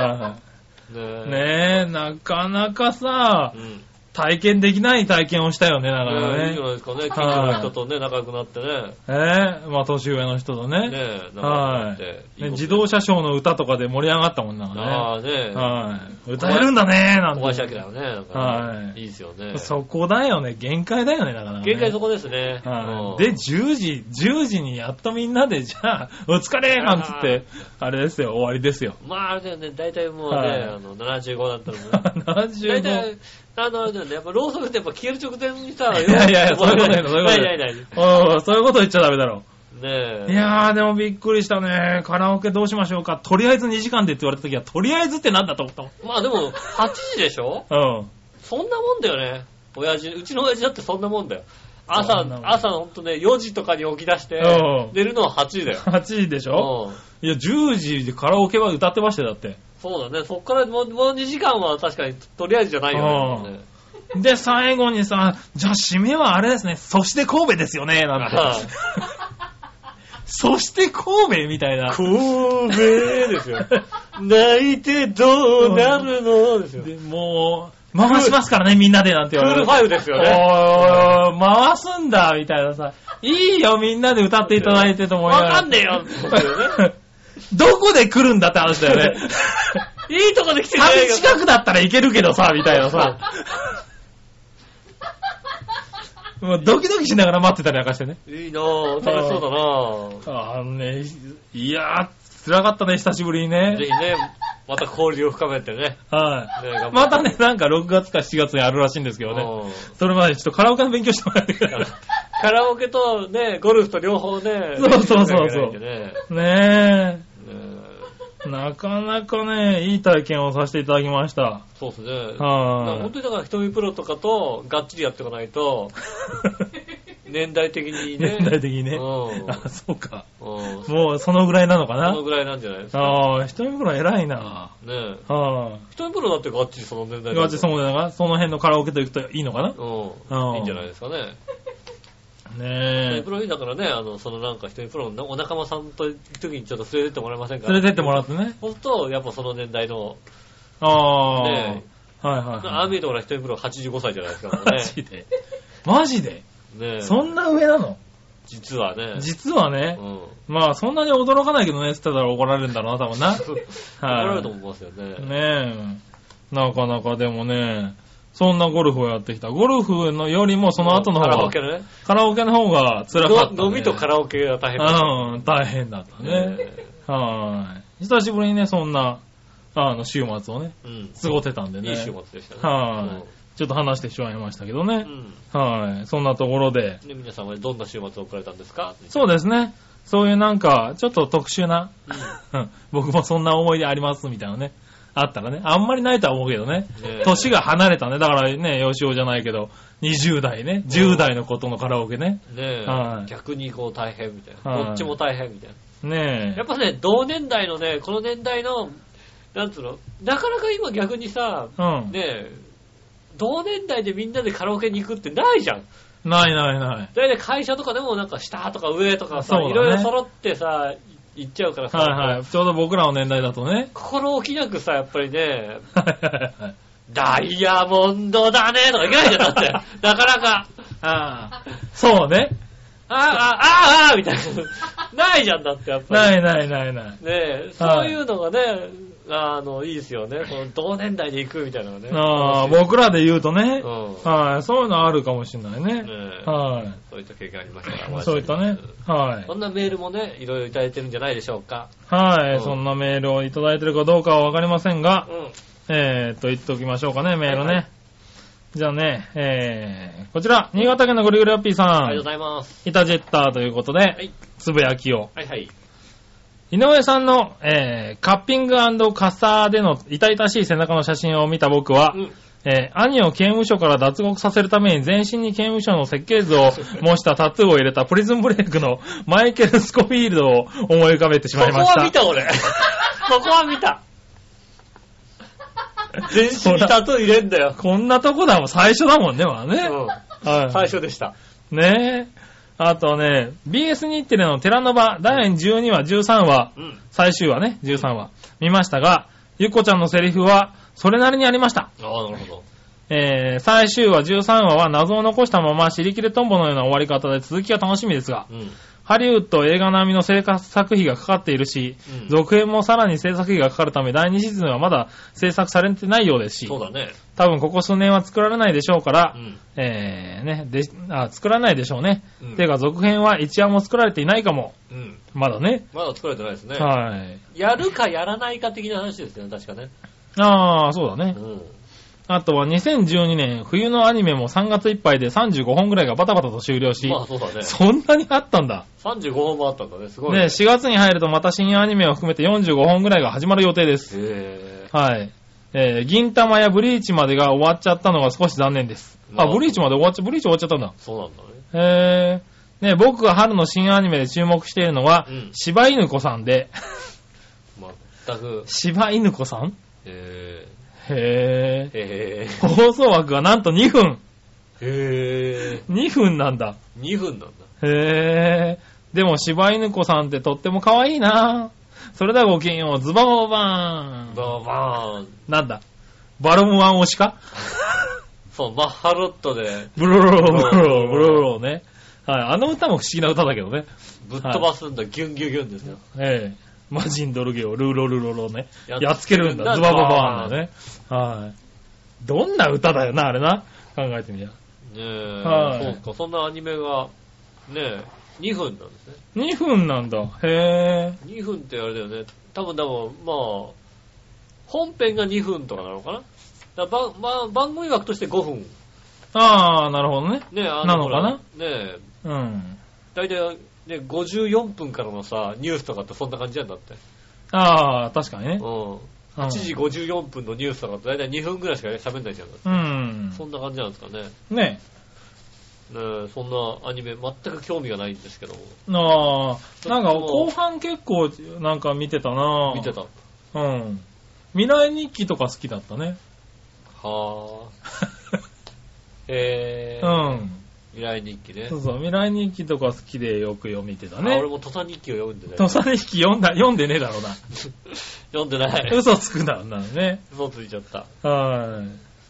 C: ねえ、なかなかさ、体験できない体験をしたよね、だからね。
B: いいじゃないですかね、近所の人とね、仲良くなってね。
C: 年上の人とね。
B: 仲良くなって。
C: 自動車ショーの歌とかで盛り上がったもんだからね。歌えるんだね、なんて。
B: 小林明だよね。いいですよね。
C: そこだよね、限界だよね、だからね。
B: 限界そこですね。
C: で、10時にやっとみんなで、じゃあ、お疲れなんつって、あれですよ、終わりですよ。
B: まあ、あれだよね、大体もうね、75だったらもう。
C: 75。大体、
B: あれだよね、やっぱろうそくってやっぱ消える直前にさ、
C: いや、そういうこと言うの、そういうこと言っちゃダメだろ。
B: ねえ。
C: いやー、でもびっくりしたね。カラオケどうしましょうか。とりあえず2時間でって言われた時は、とりあえずってなんだと思ったもん。
B: まあでも、8時でしょそんなもんだよね。うちの親父だってそんなもんだよ。朝ほんとね、4時とかに起き出して、寝るのは8時だよ。
C: 8時でしょいや、10時でカラオケは歌ってましたよ、だって。
B: そうだね。そっからもう2時間は確かにとりあえずじゃないよね。
C: で、最後にさ、じゃあ締めはあれですね。そして神戸ですよね、なんて。そして神戸みたいな。
B: 神戸ですよ。泣いてどうなるのですよ。
C: でもう、回しますからね、みんなでなんて言われる。
B: クール5ですよね。
C: 回すんだ、みたいなさ。いいよ、みんなで歌っていただいてと思いながら。
B: わかんねえよ、
C: どこで来るんだって話だよね。
B: いいとこで来てくれよ。
C: 近くだったらいけるけどさ、みたいなさ。 もうドキドキしながら待ってたりなんかしてね。
B: いいなぁ、楽しそうだなぁ。
C: ね、いやー、辛かったね、久しぶりにね。
B: ぜひね、また交流を深めてね。
C: はい、ね。またね、なんか6月か7月にあるらしいんですけどね。それまでちょっとカラオケの勉強してもらってください。
B: カラオケとね、ゴルフと両方ね。
C: そうそうそうそう。ねえ。なかなかね、いい体験をさせていただきました。
B: そうですね。本当にだから瞳プロとかとがっちりやっていかないと、年代的にね。
C: 年代的にね。あ、そうか。もうそのぐらいなのかな。
B: そのぐらいなんじゃないですか。
C: ああ、瞳プロ偉いな。
B: ねえ。瞳プロだってがっちりその年代
C: がっちりその年代が、その辺のカラオケと行くといいのかな。
B: いいんじゃないですかね。
C: ねえ。
B: プロいいだからね、そのなんか一人プロのお仲間さんと行くときにちょっと連れてってもらえませんか。
C: 連れてってもらってね。
B: そうすると、やっぱその年代の、
C: ねえ。はいはい。
B: ああ見えてもら一人プロ85歳じゃないですか、ね。
C: マジでマジでねえ。そんな上なの？
B: 実はね。
C: 実はね。まあそんなに驚かないけどね、って言ったら怒られるんだろうな、多分な。怒
B: られると思いますよね。
C: ねえ。なかなかでもね、そんなゴルフをやってきた。ゴルフのよりもその後の方が、カラオケの方が辛かった、ね。
B: 飲みとカラオケが大変だった。
C: 大変だったね。はい。久しぶりにね、そんな、週末をね、過ごせたんでね。
B: いい週末でしたね。
C: はい。ちょっと話してしまいましたけどね。はい。そんなところで。
B: 皆さんはどんな週末を送られたんですか？
C: そうですね。そういうなんか、ちょっと特殊な、僕もそんな思い出ありますみたいなね。あったらね。あんまりないとは思うけどね。年が離れたね。だからね、吉尾じゃないけど、20代ね。10代のことのカラオケね。
B: ねえ。逆にこう大変みたいな。どっちも大変みたいな。
C: ねえ。
B: やっぱね、同年代のね、この年代の、なんつうの、なかなか今逆にさ、ねえ、同年代でみんなでカラオケに行くってないじゃん。
C: ないないない。
B: だいたい会社とかでもなんか下とか上とかさ、いろいろ揃ってさ、行っちゃうからさ。
C: はいはい。ちょうど僕らの年代だとね。
B: 心置きなくさ、やっぱりね、ダイヤモンドだねとかいけないじゃん、だって。なかなか。
C: そうね。
B: みたいな。ないじゃんだって、やっぱ
C: り。ない。ね
B: え、そういうのがね、いいですよね。この同年代で行くみたいなのがね。
C: 僕らで言うとね。はい。そういうのあるかもしれないね。はい。
B: そういった経験ありましたから。
C: そういったね。はい。
B: そんなメールもね、いろいろいただいてるんじゃないでしょうか。
C: はい。そんなメールをいただいてるかどうかはわかりませんが、言っておきましょうかね、メールね。じゃあね、こちら、新潟県のぐりぐりアッピーさん。
B: ありがとうございます。
C: イタジェッターということで、つぶやきを。
B: はいはい。
C: 井上さんの、カッピング&カッサーでの痛々しい背中の写真を見た僕は、兄を刑務所から脱獄させるために全身に刑務所の設計図を模したタトゥーを入れたプリズンブレイクのマイケル・スコフィールドを思い浮かべてしまいました。
B: そこは見た俺。そこは見た。全身にタトゥー入れんだよ。
C: こんなとこだもん、最初だもんね、まあね。
B: はい、最初でした。
C: ねえ。あとね、BS 日テレのテラノバ第12話、13話、最終話ね、13話、見ましたが、ゆっこちゃんのセリフは、それなりにありました。
B: なるほど。
C: 最終話、13話は謎を残したまま、尻切れトンボのような終わり方で続きが楽しみですが、ハリウッド映画並みの制作費がかかっているし、続編もさらに制作費がかかるため、第2シーズンはまだ制作されてないようですし、
B: そうだね。
C: 多分ここ数年は作られないでしょうから、作らないでしょうね。ていうか続編は一話も作られていないかも。まだね。
B: まだ作られてないですね。
C: はい。
B: やるかやらないか的な話ですよね、確かね。
C: そうだね。あとは2012年冬のアニメも3月いっぱいで35本ぐらいがバタバタと終了し、
B: そうだね。
C: そんなにあったんだ。
B: 35本もあったんだね、すごいね。
C: ね、4月に入るとまた新アニメを含めて45本ぐらいが始まる予定です。はい。銀玉やブリーチまでが終わっちゃったのが少し残念です。ブリーチ終わっちゃったんだ。
B: そうなんだ
C: ね。ね、僕が春の新アニメで注目しているのは、柴犬子さんで。
B: 全く。
C: 柴犬子さん？放送枠がなんと2分。2分なんだ。
B: 2分なんだ。
C: でも柴犬子さんってとっても可愛いな。それではごきげんよう、ズバボバーン。
B: ズババーン。
C: なんだバロムワン推しか
B: そう、マッハロットで。
C: ブロロね。はい、あの歌も不思議な歌だけどね。
B: ぶっ飛ばすんだ、ギュンギュンギュンですよ。
C: マジンドルゲをルーロルロロね。やっつけるんだ。ズバババーンだね。はい。どんな歌だよな、あれな。考えてみや。
B: え、
C: はい。
B: そうか、そんなアニメが、ねえ、2分なんですね。
C: 2分なんだ。へぇー。
B: 2分ってあれだよね。多分、まあ、本編が2分とかなのかな。番組枠として5分。
C: ああ、なるほどね。
B: ねえ、
C: なのかな。
B: ねえ。
C: うん。
B: だいたいね、54分からのさ、ニュースとかってそんな感じなんだって。
C: ああ、確かにね。
B: うん。8時54分のニュースとかってだいたい2分ぐらいしか喋んないじゃん。
C: うん。
B: そんな感じなんですかね。
C: ね
B: え。そんなアニメ全く興味がないんですけど
C: も。ああ、なんか後半結構なんか見てたな。
B: 見てた。
C: うん。未来日記とか好きだったね。
B: はぁ。
C: うん。
B: 未来日記ね。
C: そうそう、未来日記とか好きでよく読みてたね。
B: 俺も土佐日記を読んでね。
C: 土佐日記読んでねえだろうな。
B: 読んでない。
C: 嘘つくだろうなね。
B: 嘘ついちゃった。
C: はい。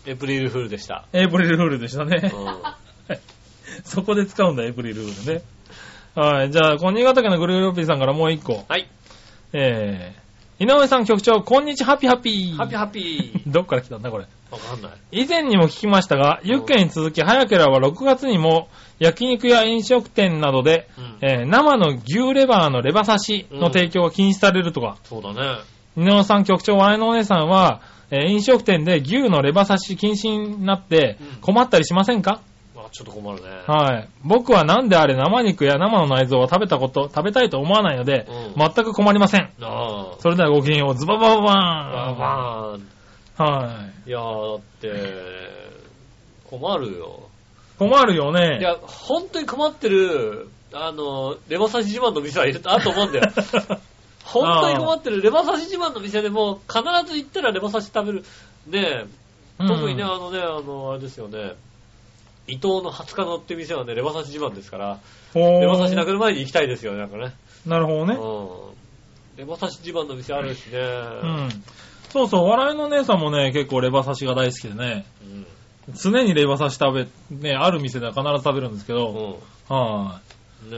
B: エイプリルフールでした。
C: エイプリルフールでしたね。
B: うん、
C: そこで使うんだ、エイプリルフールね。はい。じゃあ、この新潟県のぐるぐるおっぴーさんからもう一個。
B: はい。
C: 井上さん局長、こんにちは、ハッピーハッピー。
B: ハッピーハッピー。
C: どっから来たんだ、これ。
B: わかんない。
C: 以前にも聞きましたが、ユッケに続き、早ければ6月にも、焼肉や飲食店などで、生の牛レバーのレバ刺しの提供が禁止されるとか。
B: そうだね。
C: 井上さん局長、笑いのお姉さんは、飲食店で牛のレバ刺し禁止になって困ったりしませんか？
B: ちょっと困るね。
C: はい。僕はなんであれ生肉や生の内臓を食べたいと思わないので、全く困りません。それではごきげんよう、ズバババーン。
B: バーン。はい。いやー、だって、困るよ。
C: 困るよね。
B: いや、本当に困ってる、レバ刺し自慢の店はいると思うんだよ。本当に困ってるレバ刺し自慢の店でも必ず行ったらレバ刺し食べる。ねえ、特にね、あれですよね。伊東の20日のって店はね、レバ刺し自慢ですから、レバ刺しなくなる前に行きたいですよね、なんかね。
C: なるほどね。
B: レバ刺し自慢の店あるしね。
C: うん。そうそう、笑いの姉さんもね、結構レバ刺しが大好きでね。常にレバ刺しね、ある店では必ず食べるんですけど、はい。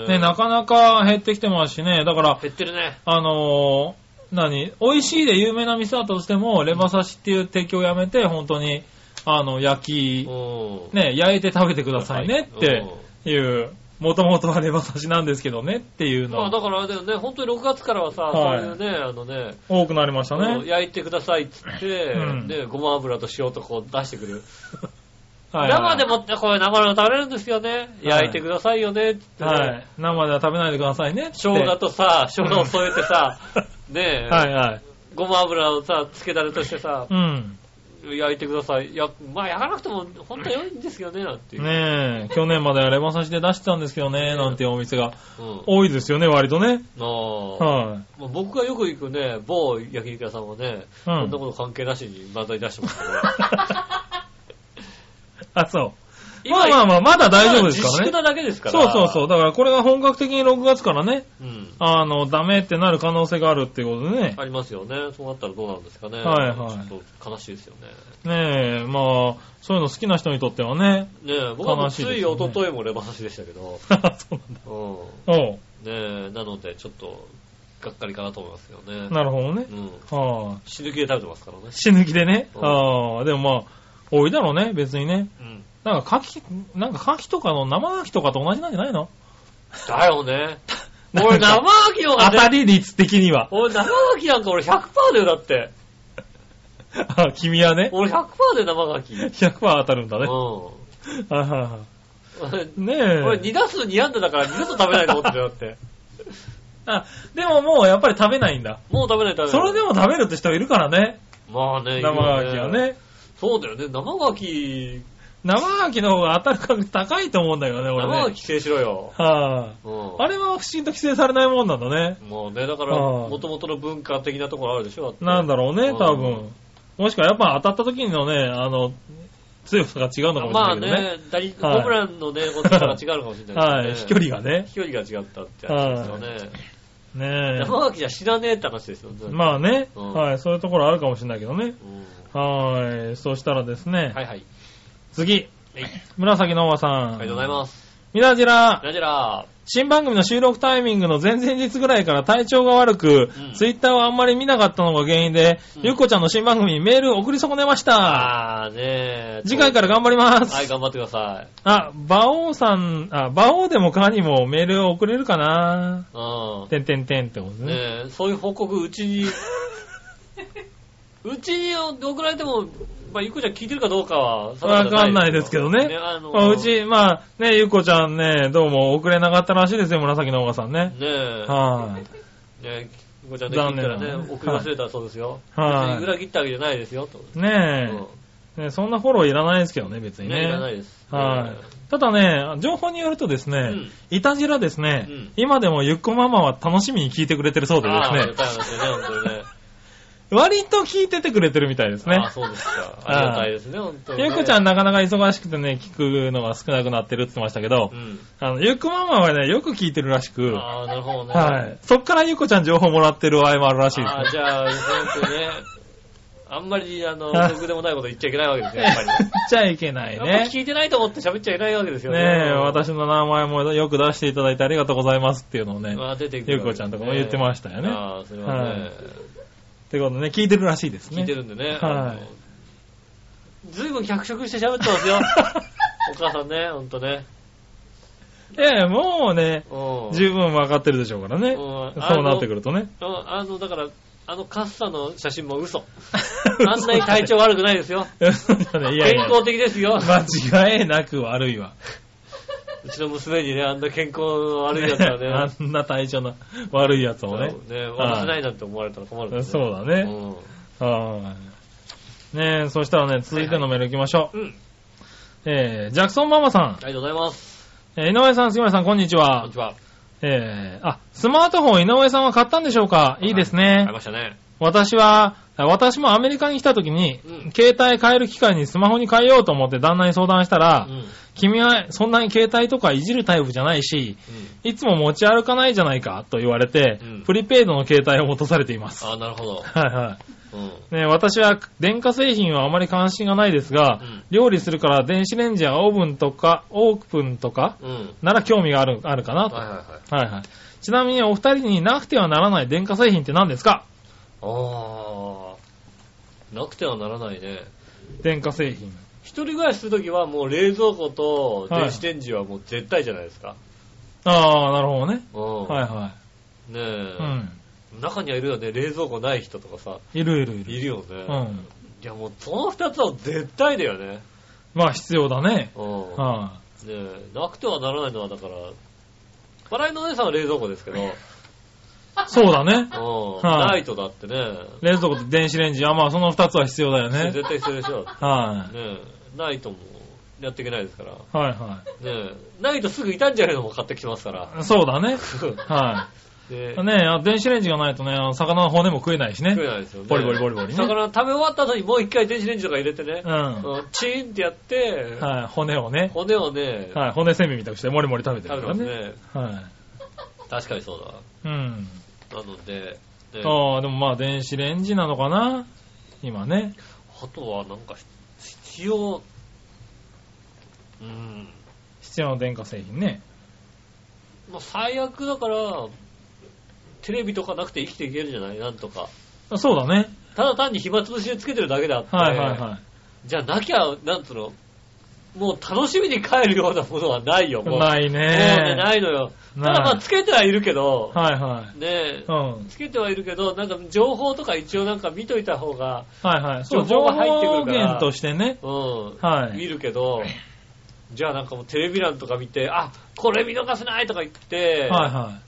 C: ね、なかなか減ってきてますしね、だから、
B: 減ってるね。
C: 美味しいで有名な店だったとしても、レバ刺しっていう提供をやめて、本当に、焼いて食べてくださいねっていう、もともとはレバ刺しなんですけどねっていうの。
B: まあだからあれだよね、本当に6月からはさ、そういうね、
C: 多くなりましたね。
B: 焼いてくださいっつって、で、ごま油と塩とこう出してくる。生でもってこれ生で食べれるんですよね。焼いてくださいよねって。
C: はい。生では食べないでくださいねって。
B: 生姜とさ、生姜を添えてさ、ねえ、
C: はいはい。
B: ごま油をさ、つけだれとしてさ、焼いてください。まあ焼かなくても本当に良いんですよね、なんていう。
C: ねえ、去年まではレバ刺しで出してたんですけどね、なんていうお店が多いですよね、割とね。
B: はい。僕がよく行くね、某焼肉屋さんはね、そんなこと関係なしに漫才出してますからね。
C: あ、そう。まだ大丈夫ですからね。
B: 自粛なだけですから。
C: そう。だからこれが本格的に6月からね、ダメってなる可能性があるっていうことでね。
B: ありますよね。そうなったらどうなんですかね。
C: はいはい。
B: ちょっと悲しいですよね。
C: ねえ、まあ、そういうの好きな人にとってはね。
B: ねえ、僕はつい一昨日もレバ刺しでしたけど。
C: そうなんだ。
B: ねえ、なのでちょっと、がっかりかなと思いますよね。
C: なるほどね。
B: 死ぬ気で食べてますからね。
C: 死ぬ気でね。でもまあ、多いだろうね、別にね。なんか牡蠣とかの生牡蠣とかと同じなんじゃないの？
B: だよね。俺生牡蠣の
C: 当たり率的には。
B: 俺生牡蠣なんか俺 100% だよ、だって。
C: 君はね。
B: 俺 100% で生牡蠣。
C: 100% 当たるんだね。ねえ。
B: 俺2打数2安打だから二度と食べないと思ってるよ、だって。
C: でももうやっぱり食べないんだ。
B: もう食べない。
C: それでも食べるって人いるからね。
B: まあね、
C: 生牡蠣はね。
B: そうだよね、生牡蠣
C: の方が当たる確率高いと思うんだよね、俺ね。
B: 生牡蠣規制しろよ。
C: あれは不思議と規制されないもんなんだね。
B: もうね、だから、元々の文化的なところあるでしょ。
C: なんだろうね、多分。もしくはやっぱ当たった時のね、強さが違うのかもしれないけどね。
B: まあね、ホームランのね、ことが違うのかもしれないですね。
C: 飛距離がね。
B: 飛距離が違ったって話ですよね。
C: ねえ。
B: 生牡蠣じゃ知らねえって話ですよね。
C: まあね、はい、そういうところあるかもしれないけどね。はい、そうしたらですね。
B: はいはい。
C: 次。紫のおばさん。
B: ありがとうございます。
C: ミラジラ。 新番組の収録タイミングの前々日ぐらいから体調が悪く、ツイッターをあんまり見なかったのが原因で、ゆっこちゃんの新番組にメール送り損ねました。次回から頑張ります。
B: はい、頑張ってください。
C: 馬王さん、馬王でもかにもメールを送れるかな。てんてんてんってことね。
B: そういう報告、うちに送られても、ゆっこちゃん聞いてるかどうかは
C: わかんないですけどね。うち、ゆっこちゃんね、どうも送れなかったらしいですよ、紫のおばさんね。
B: はい。ゆっこちゃんで聞いたらね、送り忘れたそうですよ。はい。裏切ったわけじゃないですよ、と。
C: ねそんなフォローいらないですけどね、別にね。
B: いらないです。
C: はい。ただね、情報によるとですね、いたじらですね、今でもゆっこママは楽しみに聞いてくれてるそうでですね。
B: 本当にね。
C: 割と聞いててくれてるみたいですね。
B: そうですか。ありがたいですね、本当に。
C: ゆっこちゃんなかなか忙しくてね、聞くのが少なくなってるって言ってましたけど、ゆっこママはね、よく聞いてるらしく、
B: なるほどね。
C: はい。そっからゆっこちゃん情報もらってる場合もあるらしいですね。
B: じゃあ、本当にね、あんまり、僕でもないこと言っちゃいけないわけですよ、やっぱりね。
C: 言っちゃいけないね。
B: 聞いてないと思って喋っちゃいけないわけですよ
C: ね。ねえ、私の名前もよく出していただいてありがとうございますっていうのをね、ゆっこちゃんとかも言ってましたよね。
B: それはね。
C: ってことね、聞いてるらしいですね。
B: 聞いてるんでね。
C: はい。
B: ずいぶん脚色して喋ってますよ。お母さんね、ほんとね。
C: もうね、十分分かってるでしょうからね。そうなってくるとね。
B: だから、カッサの写真も嘘。あんなに体調悪くないですよ。健康的ですよ。
C: 間違いなく悪いわ。
B: うちの娘にね、あんな健康悪いやつはね。
C: あんな体調の悪いやつをね。
B: 渡せないなんて思われたら困るんです
C: ね。そうだね。ねえ、そしたらね、続いてのメール行きましょう。ジャクソンママさん。あ
B: りがとうございます。
C: 井上さん、杉村さん、こんにちは。
B: こんにちは。
C: スマートフォン井上さんは買ったんでしょうか？いいですね。
B: 買いましたね。
C: 私もアメリカに来た時に、携帯変える機会にスマホに変えようと思って旦那に相談したら、君はそんなに携帯とかいじるタイプじゃないし、いつも持ち歩かないじゃないかと言われて、プリペイドの携帯を持たされています。
B: なるほど。
C: はいはい。私は電化製品はあまり関心がないですが、料理するから電子レンジやオーブンとかなら興味があるかなと。はいはい。ちなみにお二人になくてはならない電化製品って何ですか？
B: なくてはならないね。
C: 電化製品。
B: 一人暮らしするときはもう冷蔵庫と電子レンジはもう絶対じゃないですか。
C: なるほどね。はいはい。
B: ねえ。中にはいるよね、冷蔵庫ない人とかさ。
C: いるよ
B: ね。いやもうその二つは絶対だよね。
C: 必要だね。
B: ねえ、なくてはならないのはだから、笑いのお姉さんは冷蔵庫ですけど。
C: そうだね。
B: ないとだってね。
C: 冷蔵庫と電子レンジ、その二つは必要だよね。
B: 絶対必要でしょ。
C: はい。
B: ねえ、ないともやっていけないですから。
C: はいはい。
B: ねえ、ないとすぐ傷んじゃうのも買ってきてますから。
C: そうだね。はい。電子レンジがないとね、魚の骨も食えないしね。
B: 食えないですよね。
C: ボリボリボリボリね。
B: 魚食べ終わった後にもう一回電子レンジとか入れてね。チーンってやって、
C: はい、骨をね。
B: はい、
C: 骨せんべいみたくしてモリモリ食べてるからね。
B: 食べてますね。はい。確かにそうだ。なので。
C: でも電子レンジなのかな今ね。
B: あとはなんか、必要
C: な電化製品ね。
B: 最悪だから、テレビとかなくて生きていけるじゃないなんとか。
C: そうだね。
B: ただ単に暇つぶしでつけてるだけであって。
C: はいはいはい。
B: じゃあなきゃ、もう楽しみに帰るようなものはないよ、もう。
C: ないね。
B: もうないのよ。ただつけてはいるけど。
C: はいはい。
B: ねつけてはいるけど、なんか情報とか一応なんか見といた方が。
C: はいはい。
B: 情報が入ってくるから。
C: 情報源としてね。
B: はい。見るけど、じゃあなんかもうテレビ欄とか見て、これ見逃せないとか言って、
C: はいはい。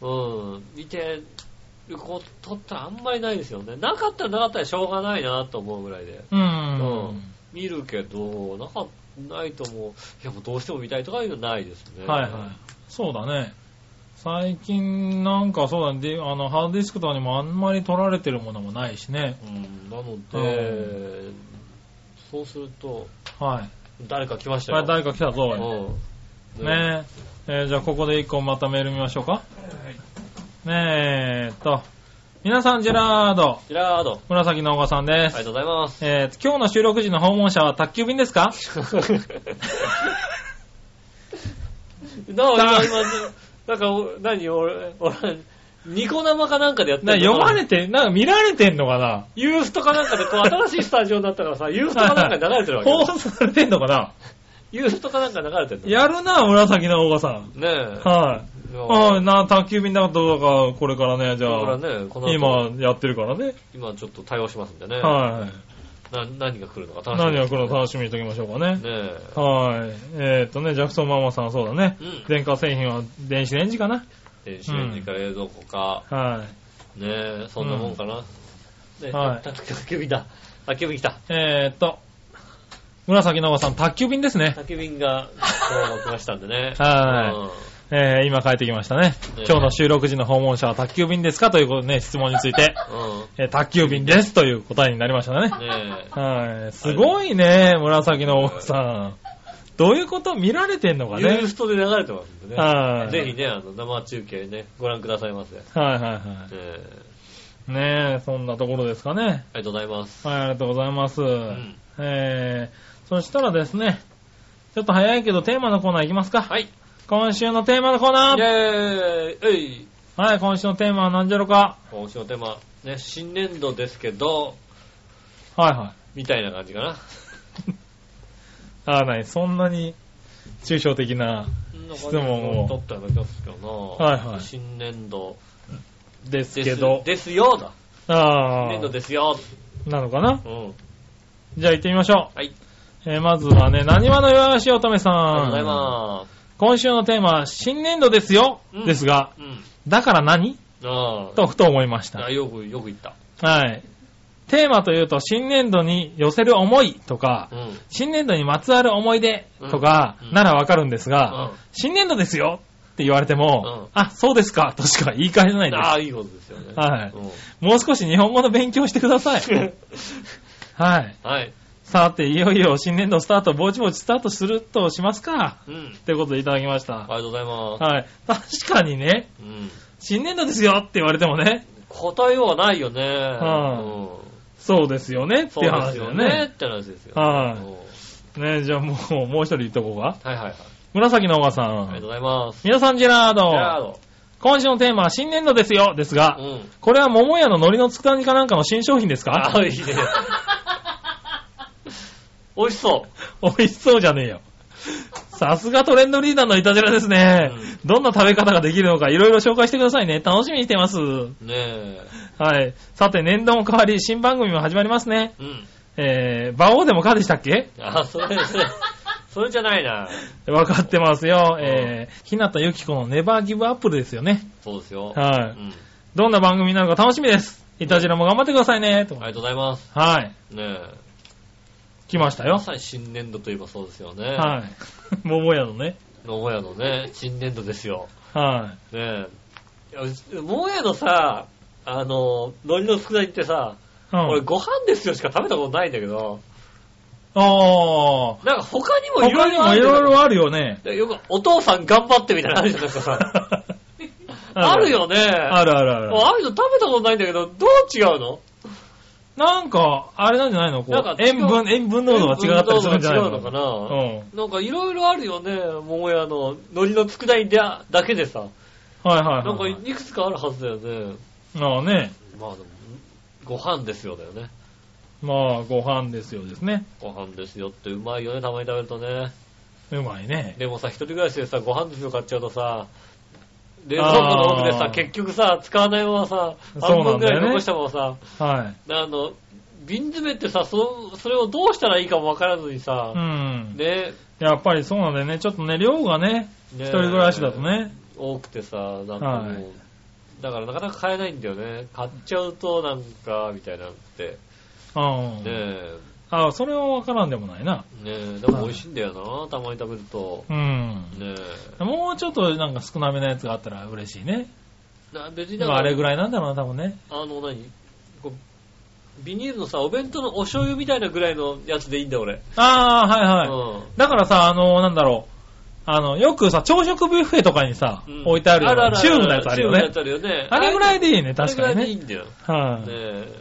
B: 見てることってあんまりないですよね。なかったらなかったらしょうがないなと思うぐらいで。見るけど、ないともう、いやもうどうしても見たいとかいうのないですね。
C: はいはい。そうだね。最近なんかそうだね、ハードディスクとかにもあんまり取られてるものもないしね。
B: なので、そうすると、
C: はい。
B: 誰か来ましたよ。
C: 誰か来たぞ。ねえ。じゃあここで一個またメール見ましょうか。皆さん、ジェラード。紫のおばさんです。
B: ありがとうございます。
C: 今日の収録時の訪問者は宅急便ですか？
B: なんか、俺、ニコ生かなんかでやってる
C: 読まれて、なんか見られてんのかな。
B: ユーストかなんかで、新しいスタジオになったからさ、ユーストかなんかで流れてるわけ。
C: 放送されてんのかな。
B: ユーストかなんか流れてるの。
C: やるな、紫のオガさん。
B: ねえ。
C: はい。宅急便だとか、これからね、じゃあ。今やってるからね。
B: 今ちょっと対応しますんでね。
C: はい。
B: 何が来るのか
C: 楽しみ。何が来るのか楽しみにしときましょうかね。ねえ。はい。ジャクソンママさんそうだね。電化製品は電子レンジかな。電子レンジか冷蔵庫か。はい。ねえ、そんなもんかな。ね、はい。宅急便だ。宅急便来た。 紫のおばさん、宅急便ですね。
B: 宅急便が、今日来ましたんでね。
C: はい。今帰ってきましたね。今日の収録時の訪問者は宅急便ですかということね、質問について。宅急便ですという答えになりましたね。はい。すごいね、紫のおばさん。どういうこと見られてんのかね。
B: ユーストで流れてますんでね。はい。ぜひね、生中継ね、ご覧くださいませ。
C: はいはいはい。ねえ、そんなところですかね。
B: ありがとうございます。
C: はい、ありがとうございます。そしたらですね、ちょっと早いけどテーマのコーナーいきますか。はい。今週のテーマのコーナー。イェーイ。はい、今週のテーマは何じゃろか。
B: 今週のテーマ、ね、新年度ですけど、
C: はいはい。
B: みたいな感じかな。
C: そんなに抽象的な質問を。
B: 取ったような気がするけどな。はいはい。新年度
C: ですけど。
B: ですよだ。新年度ですよ。
C: なのかな。うん。じゃあ行ってみましょう。はい。まずはね、なにわのよやしおとめさん。ありがとうございます。今週のテーマは、新年度ですよ、ですが、だから何とふと思いました。
B: よく言った。
C: はい。テーマというと、新年度に寄せる思いとか、新年度にまつわる思い出とか、ならわかるんですが、新年度ですよって言われても、そうですかとしか言い返せないです。
B: いいことですよね。
C: はい。もう少し日本語の勉強してください。はい。はい。さて、いよいよ新年度スタート、ぼちぼちスタートするとしますか。ということでいただきました。
B: ありがとうございます。
C: はい。確かにね、新年度ですよって言われてもね。
B: 答えようはないよね。
C: そうですよねっていう話だよね。そうですよね
B: って話ですよ。
C: はい。ね、じゃあもう一人言っとこうか。
B: はいはいはい。
C: 紫のおばさん。
B: ありがとうございます。
C: 皆さんジェラード。今週のテーマは新年度ですよ、ですが、これは桃屋の海苔の佃煮かなんかの新商品ですか？
B: いいね。美味しそう。
C: 美味しそうじゃねえよ。さすがトレンドリーダーのいたじらですね。どんな食べ方ができるのかいろいろ紹介してくださいね。楽しみにしてます。ねえ。はい。さて、年度も変わり、新番組も始まりますね。馬王でもかでしたっけ？
B: それじゃないな。
C: わかってますよ。ひなたゆきこのネバーギブアップルですよね。
B: そうですよ。
C: はい。どんな番組になるか楽しみです。いたじらも頑張ってくださいね。あり
B: がとうございます。
C: はい。ね
B: え。
C: 来ましたよ。
B: まさに新年度といえばそうですよね。
C: はい。桃屋のね。
B: 桃屋のね、新年度ですよ。
C: はい。
B: ねえ。桃屋のさ、海苔の佃煮ってさ、俺ご飯ですよしか食べたことないんだけど。なんか他にもいろい
C: ろあるよね。
B: よくお父さん頑張ってみたいなのあるじゃないですかさ。あるよね。
C: ある。
B: ああいうの食べたことないんだけど、どう違うの？
C: なんか、あれなんじゃないの？こう塩分濃度が違ったりするんじゃないの？
B: 違うのかな？なんかいろいろあるよね。桃屋の海苔の佃煮だけでさ。
C: はい。
B: なんかいくつかあるはずだよね。
C: ああね。
B: まあでも、ご飯ですよだよね。
C: まあ、ご飯ですよですね。
B: ご飯ですよってうまいよね、たまに食べるとね。
C: うまいね。
B: でもさ、一人暮らしでさ、ご飯ですよ買っちゃうとさ、冷蔵庫の奥でさ、結局さ、使わないままさ、半分ぐらい残したままさ、
C: はい。
B: 瓶詰めってさ、それをどうしたらいいかもわからずにさ、ね。
C: やっぱりそうなんだよね。ちょっとね、量がね、一人暮らしだとね。
B: 多くてさ、なんかもう、だからなかなか買えないんだよね。買っちゃうとなんか、みたいなのって。ねえ。
C: それはわからんでもないな。
B: ねえ、でも美味しいんだよな、たまに食べると。ね
C: え。もうちょっとなんか少なめなやつがあったら嬉しいね。
B: 別に
C: あれぐらいなんだろうな、多分ね。
B: ビニールのさ、お弁当のお醤油みたいなぐらいのやつでいいんだよ、俺。
C: はい。だからさ、なんだろう。よくさ、朝食ビュッフェとかにさ、置いてあるようなチューブのやつあるよね。あれぐらいでいいね、確かにね。あれぐらいでいいんだよ。はい。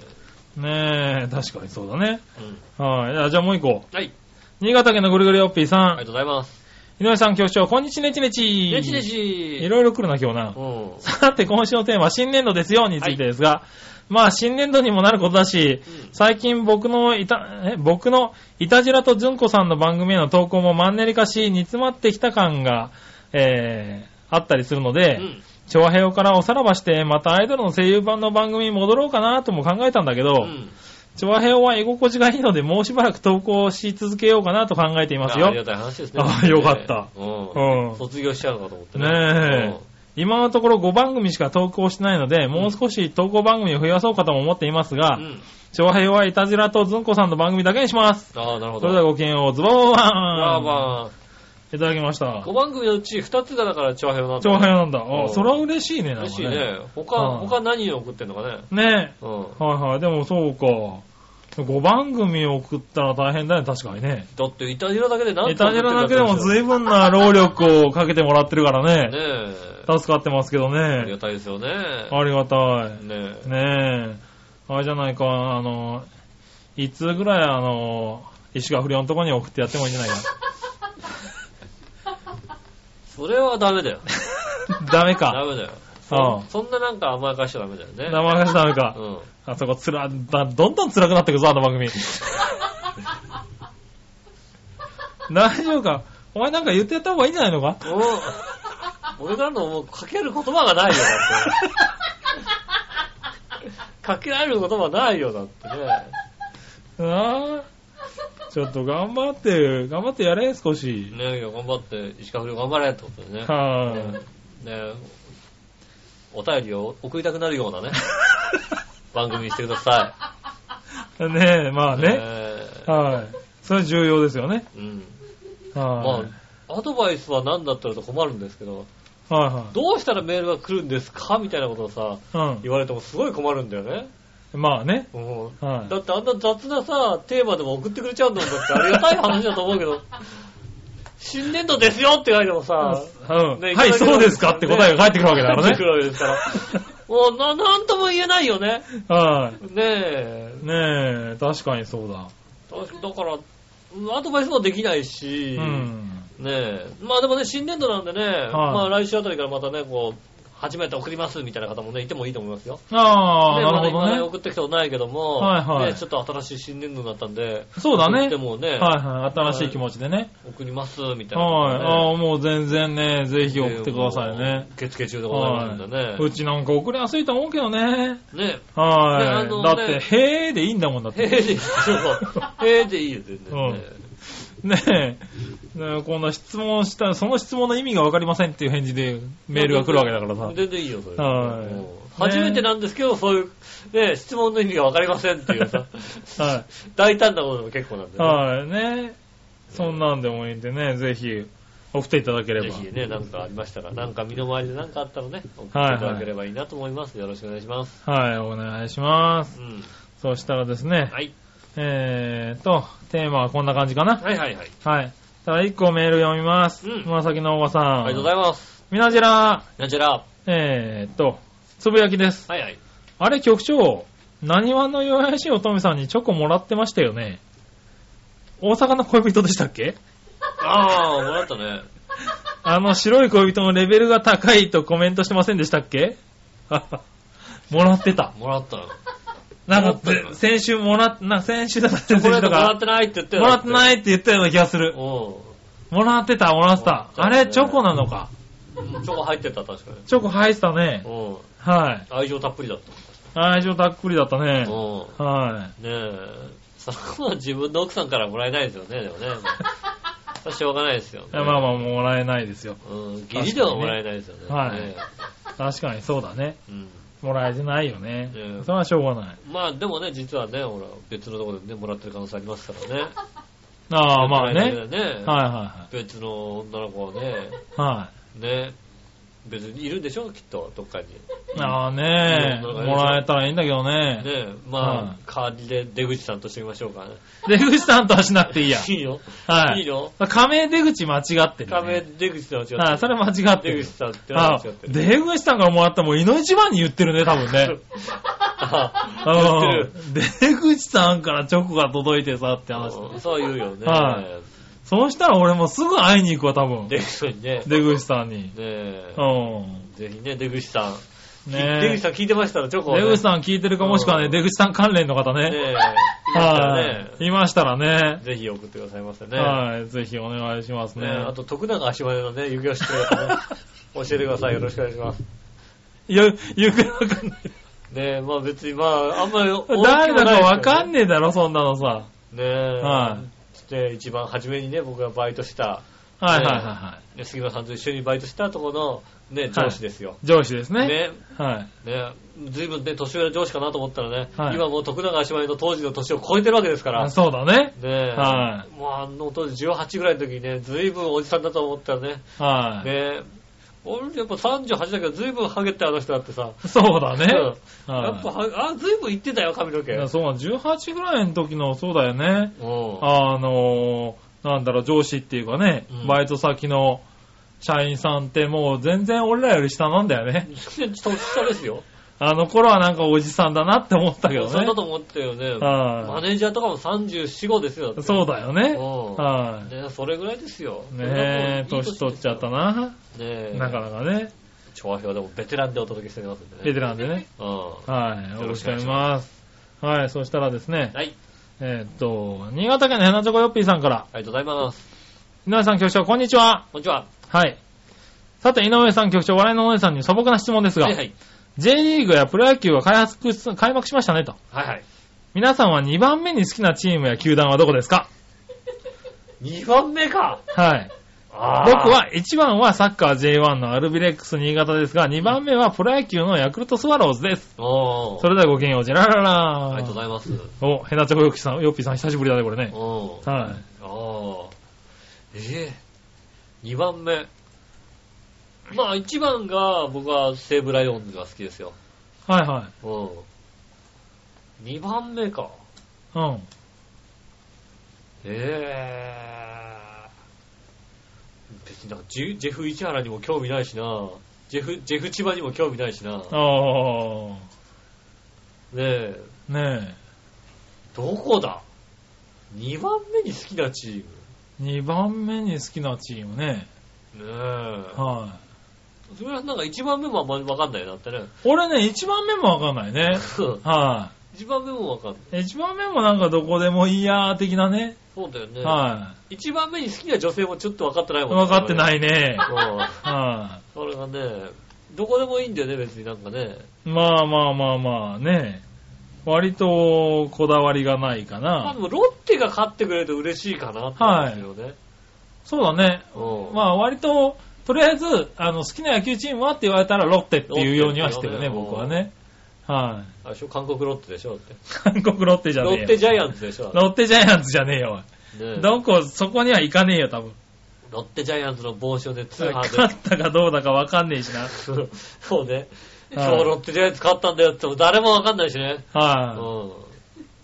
C: ねえ、確かにそうだね。はい。じゃあもう一個。はい。新潟県のぐるぐるよっぴーさん。
B: ありがとうございます。
C: 井上さん局長、こんにちねちねち。
B: ねちねち。
C: いろいろ来るな、今日な。さて、今週のテーマ、新年度ですよ、についてですが、はい、まあ、新年度にもなることだし、最近僕のいたじらとずんこさんの番組への投稿もマンネリ化し、煮詰まってきた感が、あったりするので、チョアヘヨからおさらばして、またアイドルの声優版の番組に戻ろうかなとも考えたんだけど、チョアヘヨは居心地がいいので、もうしばらく投稿し続けようかなと考えていますよ。
B: ありがたい話ですね。
C: ああ、よかった。
B: 卒業しちゃうのかと思って
C: ね。ねえ。今のところ5番組しか投稿してないので、もう少し投稿番組を増やそうかとも思っていますが、チョアヘヨはいたじらとずんこさんの番組だけにします。
B: ああ、なるほど。
C: それではごきげんよう、ズバババーン。
B: ズババーン。
C: いただきました。
B: 5番組のうち2つがだからチョアヘヨなんだ。
C: チョアヘヨなんだ。あ、それは嬉しいね、なんかね。
B: 嬉しいね。他何を送ってんのかね。
C: ねえ。はいはい。でもそうか。5番組を送ったら大変だよね、確かにね。
B: だって、イタジラだけで何
C: イタジラだけでも随分な労力をかけてもらってるからね。ねえ。助かってますけどね。
B: ありがたいですよね。
C: ありがたい。
B: ね
C: え。ねえ。あれじゃないか、いつぐらい石川不良のとこに送ってやってもいいんじゃないか。
B: それはダメだよ。
C: ダメか。
B: ダメだよ。そんななんか甘やかしちゃダメだよね。
C: 甘やかしちゃダメか。あそこどんどん辛くなってくるぞ、あの番組。大丈夫か。お前なんか言ってやった方がいいんじゃないのか。
B: 俺からのもうかける言葉がないよ、だって。かけられる言葉ないよ、だってね。
C: ちょっと頑張ってやれ、少し。
B: ねえ、頑張って、石川不良頑張れってことでね。ねえ、お便りを送りたくなるようなね、番組にしてくださ
C: い。ねえ、まあね。はい。それ重要ですよね。
B: まあ、アドバイスは何だったらと困るんですけど、どうしたらメールが来るんですかみたいなことをさ、言われてもすごい困るんだよね。
C: まあね。
B: だってあんな雑なさ、テーマでも送ってくれちゃうんだもんだってありがたい話だと思うけど、新年度ですよって書いてもさ、
C: はい、そうですかって答えが返ってくるわけだからね。
B: 返ってくるわけですから。もうなんとも言えないよね。
C: はい。
B: ねえ、
C: 確かにそうだ。
B: だから、アドバイスもできないし、ねえ、まあでもね、新年度なんでね、まあ来週あたりからまたね、こう、初めて送りますみたいな方もね、いてもいいと思いますよ。
C: なるほどね。
B: 送ってきたことないけども、ね、ちょっと新しい新年度になったんで、
C: そうだね。
B: 送ってもね、
C: 新しい気持ちでね。
B: 送りますみたいな、
C: もう全然ね、ぜひ送ってくださいね。
B: 受付中でございますんでね。
C: うちなんか送りやすいと思うけどね。
B: ね。
C: だって、へーでいいんだもんだって。
B: へーでいい。へーでいいよ、全然ね。
C: ねえ、こんな質問したら、その質問の意味がわかりませんっていう返事でメールが来るわけだからさ。
B: 全然いいよ、それ。初めてなんですけど、そういう、ね、質問の意味がわかりませんっていうさ、大胆なものも結構なんで
C: ね。ね。そんなんでもいいんでね、ぜひ送っていただければ。
B: ぜひね、なんかありましたら、なんか身の回りでなんかあったらね、送っていただければいいなと思います。よろしくお願いします。
C: はい、お願いします。そうしたらですね。
B: はい。
C: テーマはこんな感じかな。
B: はい。
C: はい。ただ1個メール読みます。紫のおばさん。
B: ありがとうございます。
C: みなじら。つぶやきです。
B: はい。
C: あれ局長、何話の弱々しい乙女さんにチョコもらってましたよね。大阪の恋人でしたっけ？
B: もらったね。
C: 白い恋人のレベルが高いとコメントしてませんでしたっけ？もらってた。
B: もらった。
C: なんか、先週先週だった
B: チョコレートもらってないって言ってた。
C: もらってないって言ったような気がする。もらってた。あれ、チョコなのか。
B: チョコ入ってた、確かに。
C: チョコ入ってたね。はい。
B: 愛情たっぷりだった。
C: 愛情たっぷりだったね。
B: はい。ねえ。そこは自分の奥さんからもらえないですよね、でもね。しょうがないですよ、ね。
C: まあもらえないですよ。
B: 義理ではもらえないですよね。
C: はい。確かにそうだね。もらえてないよね。それはしょうがない。
B: まあでもね、実はね、ほら、別のところでね、もらってる可能性ありますからね。
C: まあね。
B: 別の女の子はね。ね。別にいるんでしょきっと、どっかに。
C: もらえたらいいんだけどね。
B: 代わりで出口さんとしてみましょうかね。
C: 出口さんとはしなくていいや。
B: いいよ。いいよ。
C: 仮名出口間違ってる。
B: 仮名出口さん間違ってる。
C: それ間違ってる。
B: 出口さんって間違ってる。
C: 出口さんからもらったらもう、いの一番に言ってるね、多分ね。
B: 言ってる。
C: 出口さんからチョコが届いてさって話。
B: そう言うよね。
C: そうしたら俺もすぐ会いに行くわ、多分。
B: 出口にね。
C: 出口さんに。
B: ねえ。
C: うん。
B: ぜひね、出口さん。
C: ね
B: 出口さん聞いてましたら、チョコ、ね。
C: 出口さん聞いてるかもしくはね、出口さん関連の方ね。
B: ね
C: え。はい。いましたらね。
B: ぜひ送ってくださいませね。
C: はい。ぜひお願いしますね。
B: あと、徳永足前のね、行方を知ってる方ね。教えてください。よろしくお願いします。
C: 行方わかんない。
B: ねえ、まあ別に、まあ、あんまり、
C: 誰だかわかんねえだろ、そんなのさ。
B: ねえ。
C: はい。
B: で、一番初めにね、僕がバイトした、
C: はいはいはい。
B: 杉村さんと一緒にバイトしたところの、ね、上司ですよ。
C: 上司ですね。
B: ね。
C: はい。
B: ね、ずいぶんね、年上の上司かなと思ったらね、今もう徳永足前の当時の年を超えてるわけですから。
C: そうだね。
B: ね。
C: はい。
B: もうあの当時18ぐらいの時にね、ずいぶんおじさんだと思ったらね。
C: はい。
B: ね。俺やっぱ38だけど、ずいぶんハゲってあの人だってさ。
C: そうだね。
B: やっぱ、ずいぶん言ってたよ、髪の毛。
C: そう、18ぐらいの時の、そうだよね。なんだろう、上司っていうかね、バイト先の社員さんってもう全然俺らより下なんだよね。
B: 下ですよ。
C: あの頃はなんかおじさんだなって思ったけどね。
B: そうだと思ったよね。マネージャーとかも34、5ですよ。
C: そうだよね。
B: はい。ね、それぐらいですよ。
C: ねえ、年取っちゃったな。ねえ。なかなかね。
B: 調和表でもベテランでお届けしておりますんでね。
C: ベテランでね。はい。よろしくお願いします。はい、そしたらですね。
B: はい。
C: 新潟県のヘナチョコヨッピーさんから。
B: ありがとうございます。
C: 井上さん局長、こんにちは。
B: こんにちは。
C: はい。さて、井上さん局長、笑いのお姉さんに素朴な質問ですが。はいはい。J リーグやプロ野球は開幕しましたねと。
B: はいはい。
C: 皆さんは2番目に好きなチームや球団はどこですか？
B: 2 番目か。
C: はい。僕は1番はサッカー J1 のアルビレックス新潟ですが、2番目はプロ野球のヤクルトスワローズです。それではごきげんよう、ジェラララー。
B: ありがとうございます。
C: ヘナチョコヨッピーさん久しぶりだね、これね。
B: はい。2番目。まあ1番が僕は西武ライオンズが好きですよ。
C: はいはい。
B: 2番目か。
C: うん。
B: 別になんかジェフ市原にも興味ないしな。ジェフ千葉にも興味ないしな。ねえ。
C: ねえ。
B: どこだ ?2 番目に好きなチーム。
C: 2番目に好きなチームね。
B: ねえ。
C: はい。
B: それはなんか1番目もあんまりわかんないなってね。
C: 俺ね、1番目もわかんないね。はい。
B: 1番目もわかんない。
C: 1番目もなんかどこでもいいやー的なね。
B: そうだよね。
C: はい。
B: 1番目に好きな女性もちょっと分かってないもんね。
C: 分かってないね。
B: はい。それがね、どこでもいいんだよね、別になんかね。
C: まあね。割とこだわりがないかな。
B: まあでもロッテが勝ってくれると嬉しいかなって思うんですよね。はい。
C: そうだね。まあ割と、とりあえず、好きな野球チームはって言われたらロッテっていうようにはしてるね、僕はね。はい。
B: 韓国ロッテでしょって。
C: 韓国ロッテじゃねえよ。
B: ロッテジャイアンツでしょ。
C: ロッテジャイアンツじゃねえよ。そこには行かねえよ、多分。
B: ロッテジャイアンツの帽子をね、通販で。
C: 勝ったかどうだか分かんねえしな。
B: そうね。今日ロッテジャイアンツ勝ったんだよって誰も分かんないしね。
C: はい。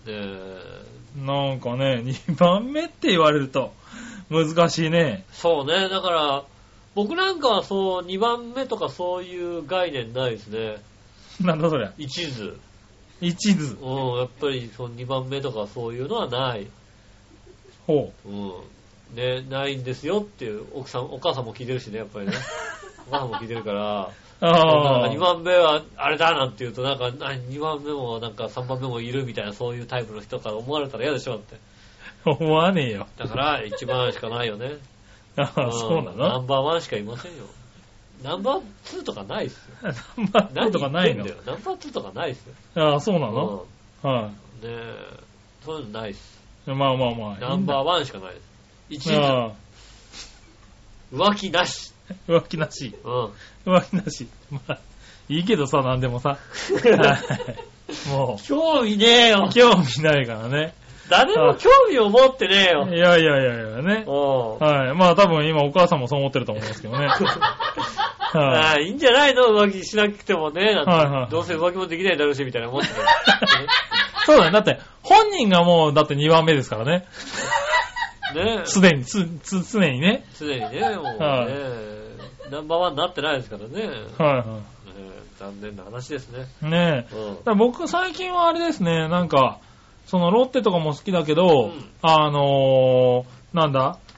C: なんかね、2番目って言われると難しいね。
B: そうね。だから、僕なんかはそう、2番目とかそういう概念ないですね。
C: なんだそりゃ。
B: 一途。
C: 一途。
B: やっぱりその2番目とかそういうのはない。
C: ほ
B: う。ね、ないんですよっていう、お母さんも聞いてるしね、やっぱりね。お母さんも聞いてるから、なんか2番目はあれだなんて言うと、なんか2番目もなんか3番目もいるみたいな、そういうタイプの人から思われたら嫌でしょって。
C: 思わねえよ。
B: だから1番しかないよね。
C: そうなの？
B: ナンバーワンしかいませんよ。ナンバー2とかないっすよ。
C: ナンバー2とかないの？
B: ナンバー2とかないっすよ。
C: そうなの？はい。
B: ねえ、そういうのないっす。
C: まあ。
B: ナンバーワンしかないです。一途。浮気なし。
C: 浮気なし。浮気なし。まあ、いいけどさ、なんでもさ。もう。
B: 興味ねえよ。
C: 興味ないからね。
B: 誰も興味を持ってねえよ。
C: いやね。はい。まあ多分今お母さんもそう思ってると思いますけどね。
B: いいんじゃないの浮気しなくてもね。どうせ浮気もできないだろうし、みたいな思ってる。
C: そうだね。だって、本人がもう、だって2番目ですからね。
B: ねえ。
C: すでに、常にね。
B: 常にね、もうね。ナンバーワンになってないですからね。残念な話ですね。
C: ねえ。僕最近はあれですね、なんか、そのロッテとかも好きだけど、なんだ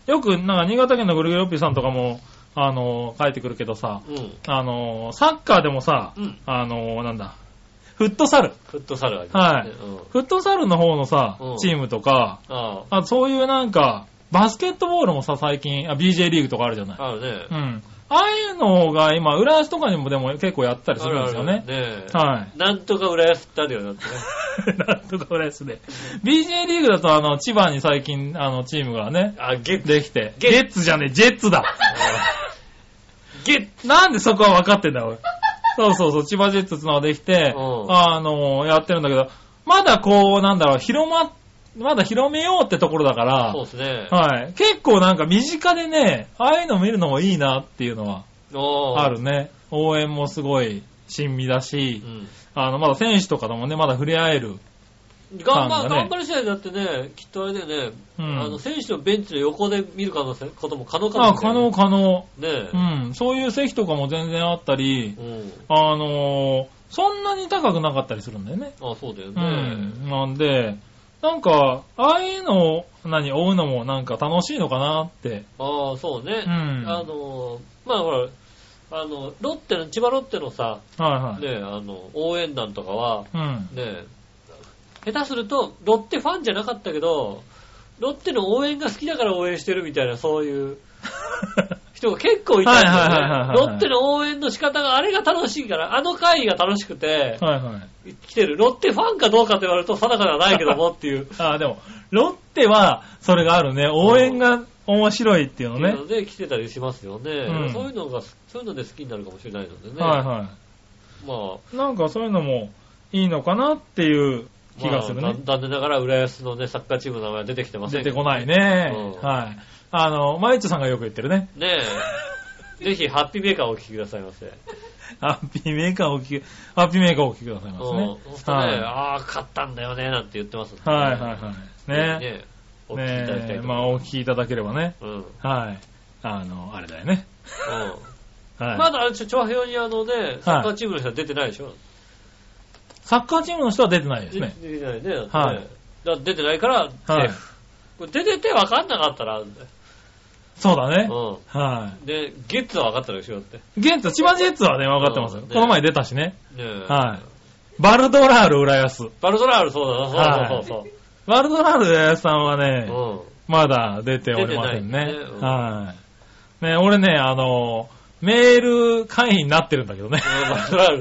C: よく、なんか、新潟県のぐるぐるおっぴーさんとかも、書いてくるけどさ、うん、サッカーでもさ、うん、なんだ、フットサル。
B: フットサルありますね。はい、
C: うん。フットサルの方のさ、チームとか、あとそういうなんか、バスケットボールもさ、最近、BJ リーグとかあるじゃない。
B: あるね。
C: うん。ああいうのが今、浦安とかにもでも結構やったりするんですよね。
B: はい。なんとか浦安ってあるようになって
C: ね。なんとか浦安で。BJ リーグだと千葉に最近、チームがね、できて。ゲッツじゃねえ、ジェッツだ。ゲッツなんでそこは分かってんだよ、俺。そう、千葉ジェッツってのができて、やってるんだけど、まだこう、なんだろう、まだ広めようってところだから、
B: そうですね。
C: はい。結構なんか身近でね、ああいうの見るのもいいなっていうのは、あるね。応援もすごい親身だし、うん、まだ選手とかでもね、まだ触れ合える。
B: 頑張り次第だってね、きっとあれだよね、うん、選手のベンチの横で見ることも可能かもしれない。
C: 可能。
B: ね
C: うん。そういう席とかも全然あったり、うん、そんなに高くなかったりするんだよね。
B: そうだよね。
C: うん。なんで、なんか、ああいうのを、追うのもなんか楽しいのかなって。
B: そうね。
C: うん。
B: まあほら、千葉ロッテのさ、
C: はいはい。
B: ね、応援団とかは、
C: うん。
B: ね、下手すると、ロッテファンじゃなかったけど、ロッテの応援が好きだから応援してるみたいな、そういう人が結構いたんだよね。ロッテの応援の仕方があれが楽しいから、あの会が楽しくて、
C: はいはい。
B: 来てる。ロッテファンかどうかって言われると定かではないけどもっていう。
C: でも、ロッテはそれがあるね。応援が面白いっていうのね。
B: で来てたりしますよね、うん。そういうので好きになるかもしれないのでね。
C: はいはい。
B: まあ。
C: なんかそういうのもいいのかなっていう気がするね。
B: 残念ながら浦安のね、サッカーチームの名前は出てきてません
C: けど、ね。出てこないね。うん、はい。マイチョさんがよく言ってるね。
B: ねえ。ぜひ、ハッピーメーカーをお聞きくださいませ。
C: ハッピーメーカーをお聞きくださいませね。
B: そうするとね、勝ったんだよね、なんて言ってます、ね。
C: はいはいはい。ね
B: お聞きいただきたいと思います。
C: まあ、お聞きいただければね。
B: うん。
C: はい。あれだよね。
B: うん。はい。まだ、調和表にサッカーチームの人は出てないでしょ、
C: サッカーチームの人は出てないですね。
B: 出てないね。
C: はい。
B: 出てないから、セーフ。これ出てて分かんなかったら、
C: そうだね。
B: うん。
C: はい。
B: で、ゲッツは分かったでしょって。
C: 千葉ジェッツはね、分かってますよ。この前出たしね。
B: ね
C: はい。バルドラール浦安。
B: バルドラールそうだな。そう。
C: バルドラール浦安さんはね、まだ出ておりませんね。はい。ね、俺ね、メール会員になってるんだけどね。
B: バルドラール。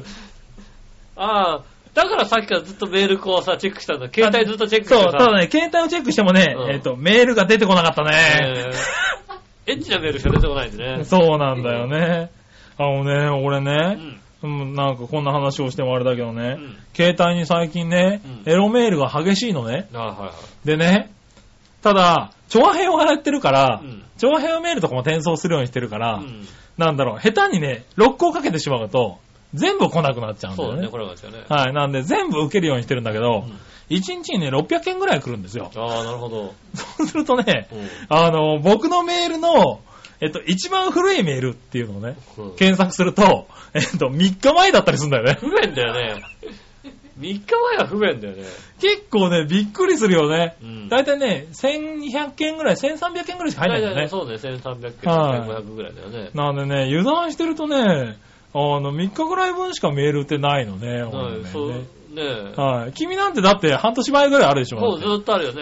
B: だからさっきからずっとメールこうさ、チェックしたんだ。携帯ずっとチェックして
C: そう、ただね、携帯をチェックしてもね、メールが出てこなかったね。
B: エッチなメールしか出てこないんでね。
C: そうなんだよね。俺ね、なんかこんな話をしてもあれだけどね、携帯に最近ね、エロメールが激しいのね。でね、ただ、チョアヘヨがやってるから、チョアヘヨメールとかも転送するようにしてるから、なんだろう、下手にね、ロックをかけてしまうと、全部来なくなっちゃうんだよね。
B: そうね、来なくなっちゃうね。
C: はい、なんで全部受けるようにしてるんだけど、1日にね、600件ぐらい来るんですよ。
B: なるほど。
C: そうするとね、僕のメールの、一番古いメールっていうのをね、検索すると、3日前だったりするんだよね。
B: 不便だよね。3日前は不便だよね。
C: 結構ね、びっくりするよね。だいたいね、1200件ぐらい、1300件ぐらいしか入んないんだよね。
B: そうね、1300件、1500ぐらいだよね。
C: なんでね、油断してるとね、3日ぐらい分しかメールってないのね。
B: そうね。
C: はい。君なんてだって半年前ぐらいあるでしょ。
B: そう、ずっとあるよね。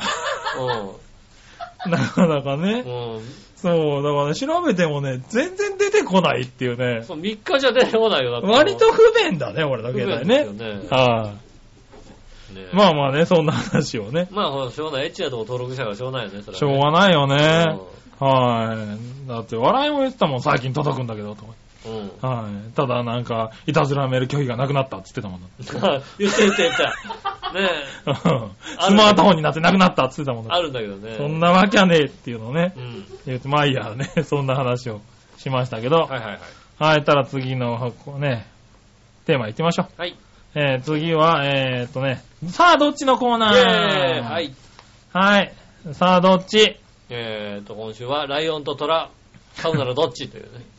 C: なかなかね。そう、だからね、調べてもね、全然出てこないっていうね。
B: そう、3日じゃ出てこないよ、だって。
C: 割と不便だね、俺だけだよね。はい。まあまあね、そんな話をね。
B: まあ、しょうがない。エッチなとこ登録者がしょうがないよね、それは。
C: しょうがないよね。はい。だって、笑いも言ってたもん、最近届くんだけど、とか。はい。ただなんか、いたずらメール拒否がなくなったって言ってたもん。
B: 言った。ね
C: え。スマートフォンになってなくなったって言ってたもん。
B: あるんだけどね。
C: そんなわけはねえっていうのをね。言って、まあいいやね、そんな話をしましたけど。はい。ただ次のね、テーマ行ってみましょう。
B: はい。
C: 次は、さあどっちのコーナー
B: はい。
C: はい。さあどっち
B: 今週はライオンとトラ、飼うならどっちというね。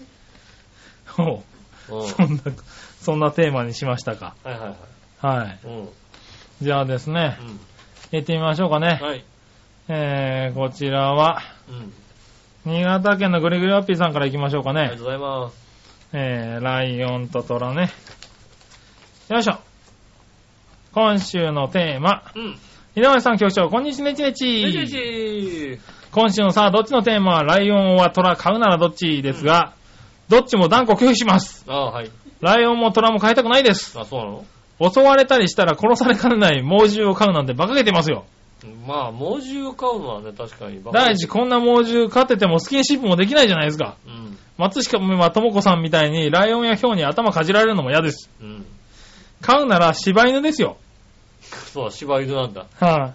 C: そんなテーマにしましたか。はい。じゃあですね、行ってみましょうかね。
B: はい。
C: こちらは、 新潟県のぐりぐりおっぴーさんから行きましょうかね。
B: ありがとうございます。
C: ライオンとトラね。よいしょ。今週のテーマ。井上さん局長、こんにちねちねち。今週のさあ、どっちのテーマは、ライオンはトラ買うならどっちですが、どっちも断固拒否します。
B: はい。
C: ライオンもトラも買いたくないです。
B: そうなの？
C: 襲われたりしたら殺されかねない猛獣を飼うなんて馬鹿げてますよ。
B: まあ、猛獣を飼うのはね、確かに。
C: 第一、こんな猛獣飼っててもスキンシップもできないじゃないですか。松下智子さんみたいにライオンやヒョウに頭かじられるのも嫌です。飼うなら柴犬ですよ。
B: そう、柴犬なんだ。
C: はい、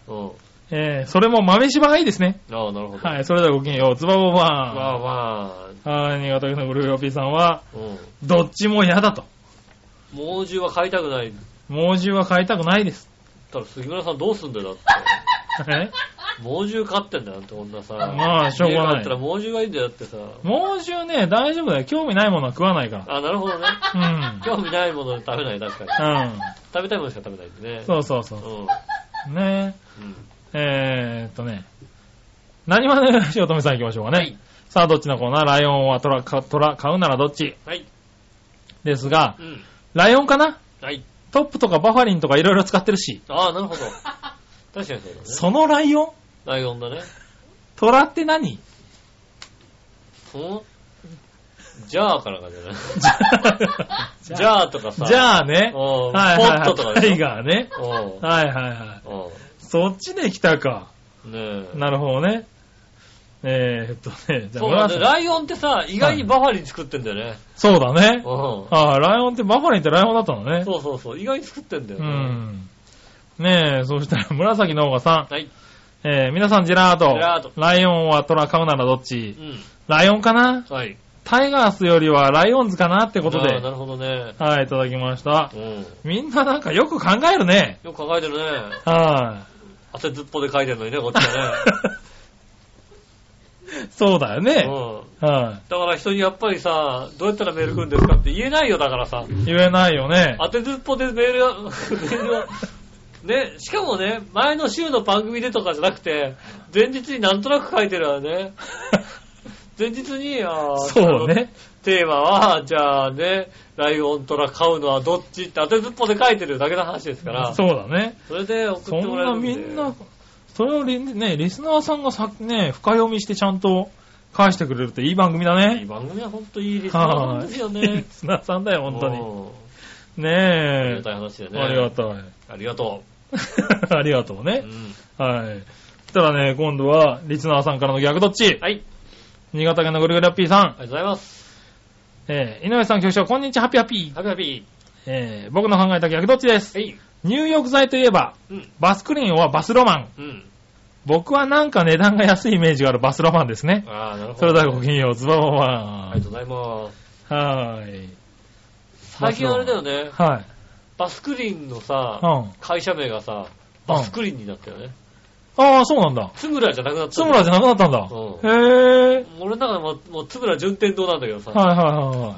C: それも豆柴がいいですね。
B: なるほど。
C: はい、それではごきげんよう。ズバボバーン。
B: はい、
C: 新潟県のブルーヨーピーさんは、どっちも嫌だと。
B: 猛獣は飼いたくない。
C: 猛獣は飼いたくないです。
B: ただ杉村さんどうすんだよ、だって。猛獣飼ってんだよ、こんなさ。
C: まあ、しょうがない。
B: 飼ったら猛獣がいいんだよってさ。
C: 猛獣ね、大丈夫だよ。興味ないものは食わないから。
B: なるほどね。興味ないものは食べない、確かに。食べたいものしか食べないんでね。
C: そう。ね何までよしおとめさん行きましょうかね。はい、さあ、どっちのコーナー？ライオンはトラ買うならどっち？はい。ですが、ライオンかな？はい。トップとかバファリンとかいろいろ使ってるし。
B: なるほど。確かにそうだね。
C: そのライオン？
B: ライオンだね。
C: トラって何？
B: ジャーからかじゃないジャーとかさ。
C: ジャーね。
B: ポットとかね。
C: タイガーね。そっちで来たか。ねえ。なるほどね。じゃ
B: そうだね。ライオンってさ、意外にバファリン作ってんだよね。
C: そうだね。ライオンってバファリンってライオンだったのね。
B: そう。意外に作ってんだよね。
C: ねえ、そうしたら紫のオガさん。はい。皆さんジェラート。ライオンはトラ買うならどっち？ライオンかな？はい。タイガースよりはライオンズかなってことで。
B: なるほどね。
C: はい、いただきました。みんななんかよく考えるね。
B: よく考えてるね。はい。汗ずっぽで書いてるのにね、こっちはね。
C: そうだよね。
B: だから人にやっぱりさ、どうやったらメール来るんですかって言えないよ、だからさ。
C: 言えないよね。
B: 汗ずっぽでメールを、ね、しかもね、前の週の番組でとかじゃなくて、前日になんとなく書いてるわね。前日に、
C: そうね。
B: テーマは、じゃあね、ライオントラ買うのはどっちって当てずっぽで書いてるだけの話ですから。
C: そうだね。
B: それで送ってもらえるんで。
C: そんなみんな、それをね、リスナーさんがね、深読みしてちゃんと返してくれるっていい番組だね。
B: いい番組はほんといいリスナーさんですよね。
C: リスナーさんだよ、ほんとに。ねえ。
B: ありがたい話だね。
C: ありがたい。
B: ありがと
C: う。ありがとうね。はい。そしたらね、今度は、リスナーさんからの逆どっち？はい。新潟県のぐるぐるラッピーさん。あ
B: りがとうございます。
C: 井上さん局長、こんにちは、ハッピーハッピー。
B: ハッピーハッピ
C: ー。僕の考えた逆どっちです。はい。入浴剤といえば、バスクリーンはバスロマン。僕はなんか値段が安いイメージがあるバスロマンですね。
B: なるほど。
C: それではごきげんよう、ズバババーン。
B: ありがとうございます。
C: はーい。
B: 最近あれだよね。
C: はい。
B: バスクリーンのさ、会社名がさ、バスクリーンになったよね。
C: そうなんだ。
B: つむらじゃなくなった。
C: つむらじゃなくなったんだ。へぇー。
B: 俺の中でもうつむら順天堂なんだけどさ。
C: はい。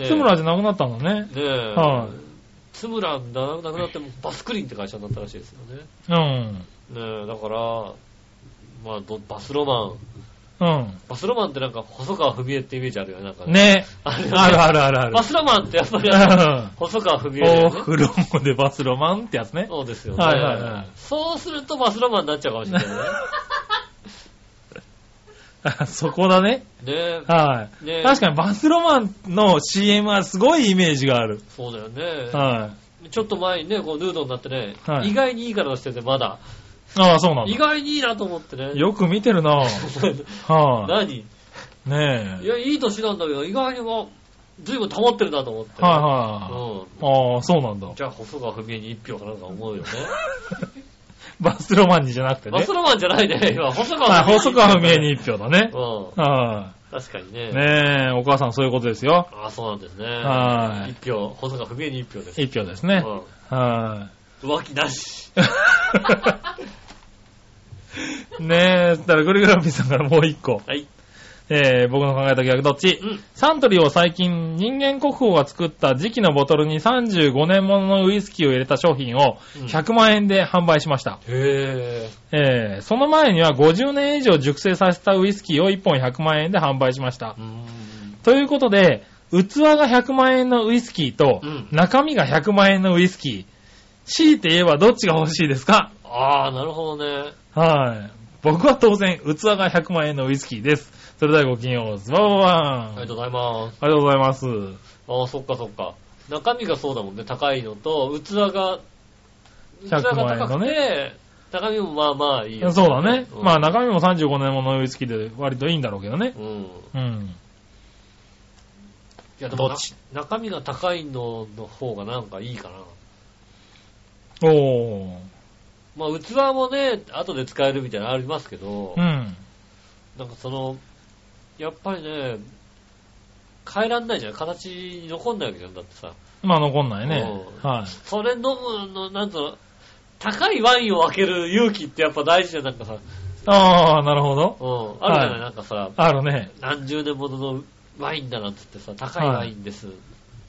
C: つむらじゃなくなったんだね。
B: ねえ。はい。つむらなくなってもバスクリーンって会社になったらしいですよね。ねえ、だから、バスロマン。バスロマンってなんか細川文江ってイメージあるよね、なんかね。
C: ねえ。ある。
B: バスロマンってやっぱり細川文江だよね。
C: お風呂もでバスロマンってやつね。
B: そうですよね。はい。そうするとバスロマンになっちゃうかもしれないね。
C: そこだね。
B: ねえ。
C: はい。ねえ。確かにバスロマンの CM はすごいイメージがある。
B: そうだよね。
C: はい。
B: ちょっと前にね、こうヌードになってね、意外にいい体してて、まだ。
C: そうなんだ。
B: 意外にいいなと思ってね。
C: よく見てるなぁ。
B: 何？
C: ねえ。
B: いや、いい年なんだけど、意外に随分保ってるなと思って。
C: そうなんだ。
B: じゃあ、細川文江に1票かなんか思うよね。
C: バスロマンにじゃなくてね。
B: バスロマンじゃないね。今、細川
C: 文江に1票だね。
B: 確かにね。
C: ねえ、お母さんそういうことですよ。
B: そうなんですね。1票、細川文江に1票です。
C: 1票ですね。
B: 浮気なし。
C: ねえ、そしたらグリグラピーさんからもう1個。はい。 僕の考えた逆どっち、サントリーを最近人間国宝が作った磁器のボトルに35年もののウイスキーを入れた商品を100万円で販売しました。その前には50年以上熟成させたウイスキーを1本100万円で販売しました。ということで、器が100万円のウイスキーと、中身が100万円のウイスキー。強いて言えばどっちが欲しいですか？
B: ああ、なるほどね。
C: はい。僕は当然、器が100万円のウイスキーです。それではごきげんよう。ズバババーン。
B: ありがとうございます。
C: ありがとうございます。
B: ああ、そっかそっか。中身がそうだもんね。高いのと、器が
C: 100万円のね。
B: 中身もまあまあいいよ、
C: ね。そうだね。まあ中身も35年ものウイスキーで割といいんだろうけどね。
B: いやでも中身が高いの方がなんかいいか
C: な。おー。
B: まあ器もね、後で使えるみたいなのありますけど、なんかやっぱりね、変えらんないじゃん。形に残んないわけじゃん。だってさ。
C: まあ残んないね。はい。
B: それ飲むの、なんと、高いワインを開ける勇気ってやっぱ大事じゃん。なんかさ。
C: ああ、なるほど。
B: あるじゃない、なんかさ。
C: あるね。
B: 何十年もののワインだなんつってさ、高いワインです。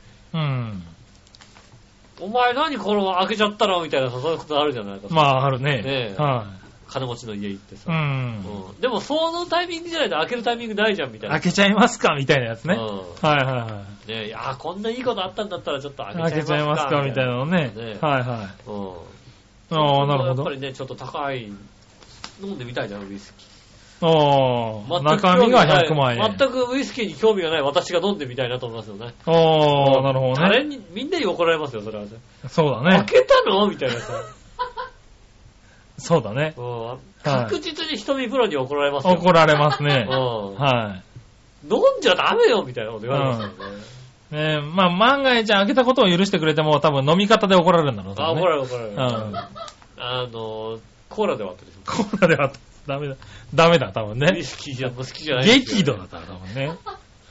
B: お前何この開けちゃったのみたいなさ、そういうことあるじゃないか。
C: まああるね。
B: ねえ。金持ちの家行ってさ。でもそのタイミングじゃないと開けるタイミングないじゃんみたいな。
C: 開けちゃいますかみたいなやつね。
B: ねえ、こんないいことあったんだったらちょっと開
C: けちゃいますかみたいなのね。ああ、なるほど。
B: やっぱりね、ちょっと高い、飲んでみたいじゃん、ウイスキー。
C: 中身が100万円。
B: 全くウイスキーに興味がない私が飲んでみたいなと思いますよね。
C: なるほどね。
B: みんなに怒られますよ、それはね。
C: そうだね。
B: 開けたのみたいなさ。
C: そうだね。
B: 確実に瞳プロに怒られますよ。
C: 怒られますね。
B: 飲んじゃダメよみたいなこと言われますよね。
C: まあ万が一開けたことを許してくれても多分飲み方で怒られるんだろうね。
B: 怒られる。コーラで割ったりする。
C: コーラで割った。ダメだ、多分ね。
B: ウイスキーじゃ好きじゃない。
C: 激怒だったら多分ね。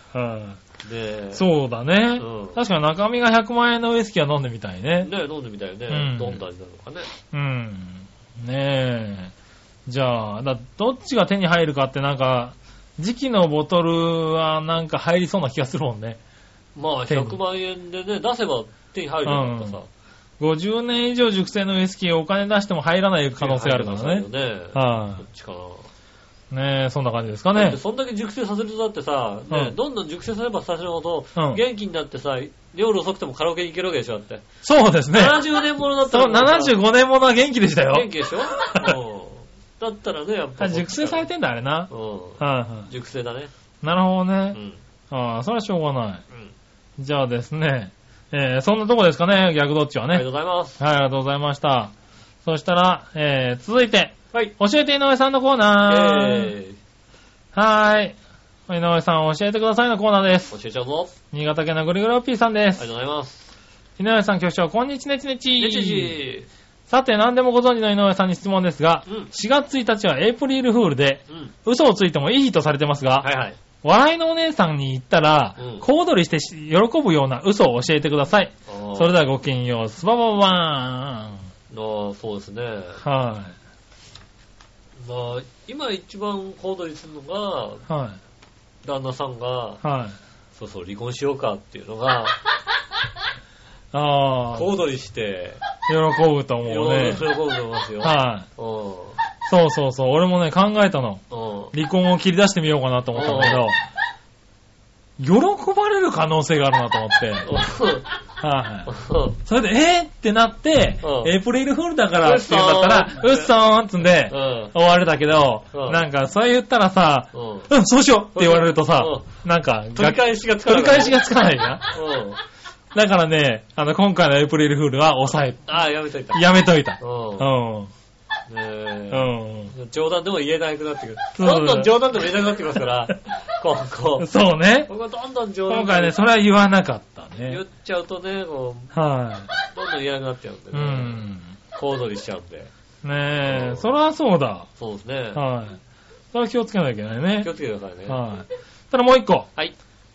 C: そうだね。確かに中身が100万円のウイスキーは飲んでみたいね。
B: 飲んでみたいね。どんな味なのかね。
C: ねえ。じゃあ、どっちが手に入るかってなんか、磁器のボトルはなんか入りそうな気がするもんね。
B: まあ、100万円でね、出せば手に入るんだったさ。
C: 50年以上熟成のウイスキーをお金出しても入らない可能性あるからね。
B: どっちかな。
C: ねえ、そんな感じですかね。
B: そんだけ熟成させるとだってさ、どんどん熟成させればさせるほど、元気になってさ、夜遅くてもカラオケに行けるわけでしょ、だって。
C: そうですね。
B: 70年ものだった
C: ら。75年ものは元気でしたよ。
B: 元気でしょだったらね、やっぱ。
C: 熟成されてんだ、あれな。
B: 熟成だね。
C: なるほどね。それはしょうがない。じゃあですね。そんなとこですかね、逆どっちはね。
B: ありがとうございます。
C: はい、ありがとうございました。そしたら、続いて、
B: はい。
C: 教えて井上さんのコーナー。はーい。井上さん教えてくださいのコーナーです。
B: 教えちゃうぞ。
C: 新潟県のぐりぐりおっぴーさんです。
B: ありがとうございます。
C: 井上さん局長、こんにちねちねち。
B: ねちち。
C: さて、何でもご存知の井上さんに質問ですが、4月1日はエイプリルフールで、嘘をついてもいい日とされてますが、笑いのお姉さんに言ったら、小躍りして喜ぶような嘘を教えてください。それではごきげんよう、スバババーン。
B: そうですね。
C: はい。
B: まあ、今一番小躍りするのが、旦那さんが、そうそう、離婚しようかっていうのが、小躍りして、
C: 喜ぶと思うね。
B: 喜ぶと思いますよ。
C: そうそうそう。俺もね、考えたの。離婚を切り出してみようかなと思ったんだけど、喜ばれる可能性があるなと思って。それで、ってなって、エイプリルフールだからって言うんだったら、うっそーんつんで、終われたけど、なんか、それ言ったらさ、そうしようって言われるとさ、なんか、
B: 取り返しがつか
C: ないな。だからね、今回のエイプリルフールは抑え、
B: やめといた。
C: やめといた。
B: 冗談でも言えなくなってくる。どんどん冗談でも言えなくなってきますから、
C: そうね。
B: ここどんどん冗談。
C: 今回ね、それは言わなかったね。
B: 言っちゃうとね、どんどん言えなくなっちゃうんでね。小躍りしちゃうんで。
C: ねえ、それはそうだ。
B: そうですね。
C: それは気をつけなきゃいけないね。
B: 気をつけてくださいね。
C: ただもう一個。
B: はい。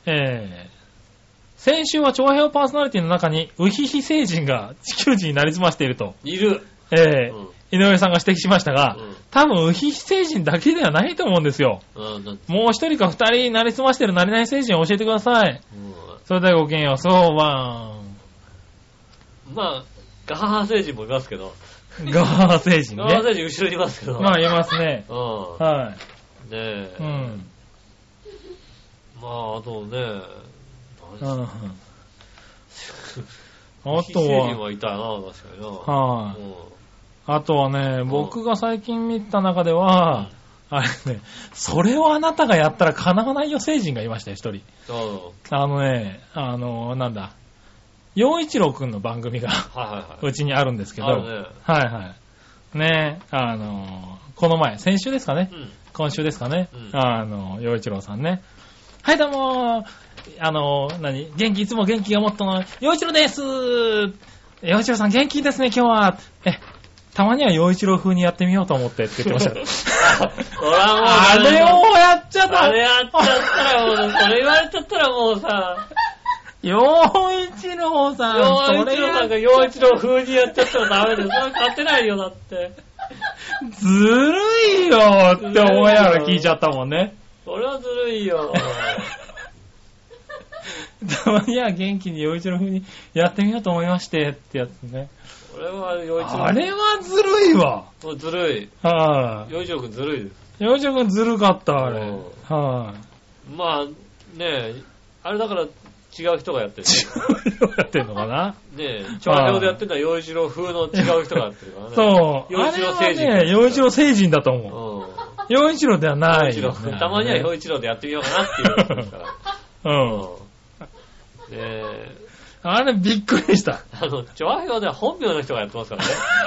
C: 先週は長編パーソナリティの中に、ウヒヒ星人が地球人になりすましていると。
B: いる。
C: 井上さんが指摘しましたが、多分、ウヒヒ星人だけではないと思うんですよ。もう一人か二人なりすましてるなりない星人を教えてください。それではごきげんよう。そうは
B: まあ、ガハハ星人もいますけど。
C: ガハハ星人ね。
B: ガハハ星人後ろにいますけど。
C: まあ、いますね。
B: はい。ねえ。まあ、あとね、
C: あとは、
B: 星人はいたな、確かにな。
C: はい。あとはね、僕が最近見た中では、あれね、それをあなたがやったら叶わないよ星人がいましたよ、一人。なんだ、陽一郎くんの番組が、うちにあるんですけど、はいはい。ね、この前、先週ですかね、今週ですかね、陽一郎さんね、はいどうも元気、いつも元気がもっとの、陽一郎です陽一郎さん元気ですね、今日は。たまには陽一郎風にやってみようと思ってって言ってました。あれをやっちゃった。
B: あれやっちゃったらもう、それ言われちゃったらもうさ、
C: 陽一郎さん。
B: 陽一郎さんが陽一郎風にやっちゃったらダメです。それ勝てないよ、だって。
C: ずるいよって思いながら聞いちゃったもんね。
B: それはずるいよ。
C: たまには元気に陽一郎風にやってみようと思いましてってやつね。
B: あれ
C: はずるいわ。
B: ずるい。
C: はい。
B: 陽一郎くんずるいです。
C: 陽一郎くんずるかった、あれ。はい。
B: まあ、ねえ、あれだから違う人がやってる。
C: 違う人がやってるのかな
B: ねえ、調和表でやってるのは陽一郎風の違う人がやってるからね。
C: そう。陽一郎星人。あれはね、陽一郎星人だと思う。陽一郎ではない。
B: たまには陽一郎でやってみようかなっていうことですから。
C: あれびっくりした。
B: 調和表では本名の人がやってますから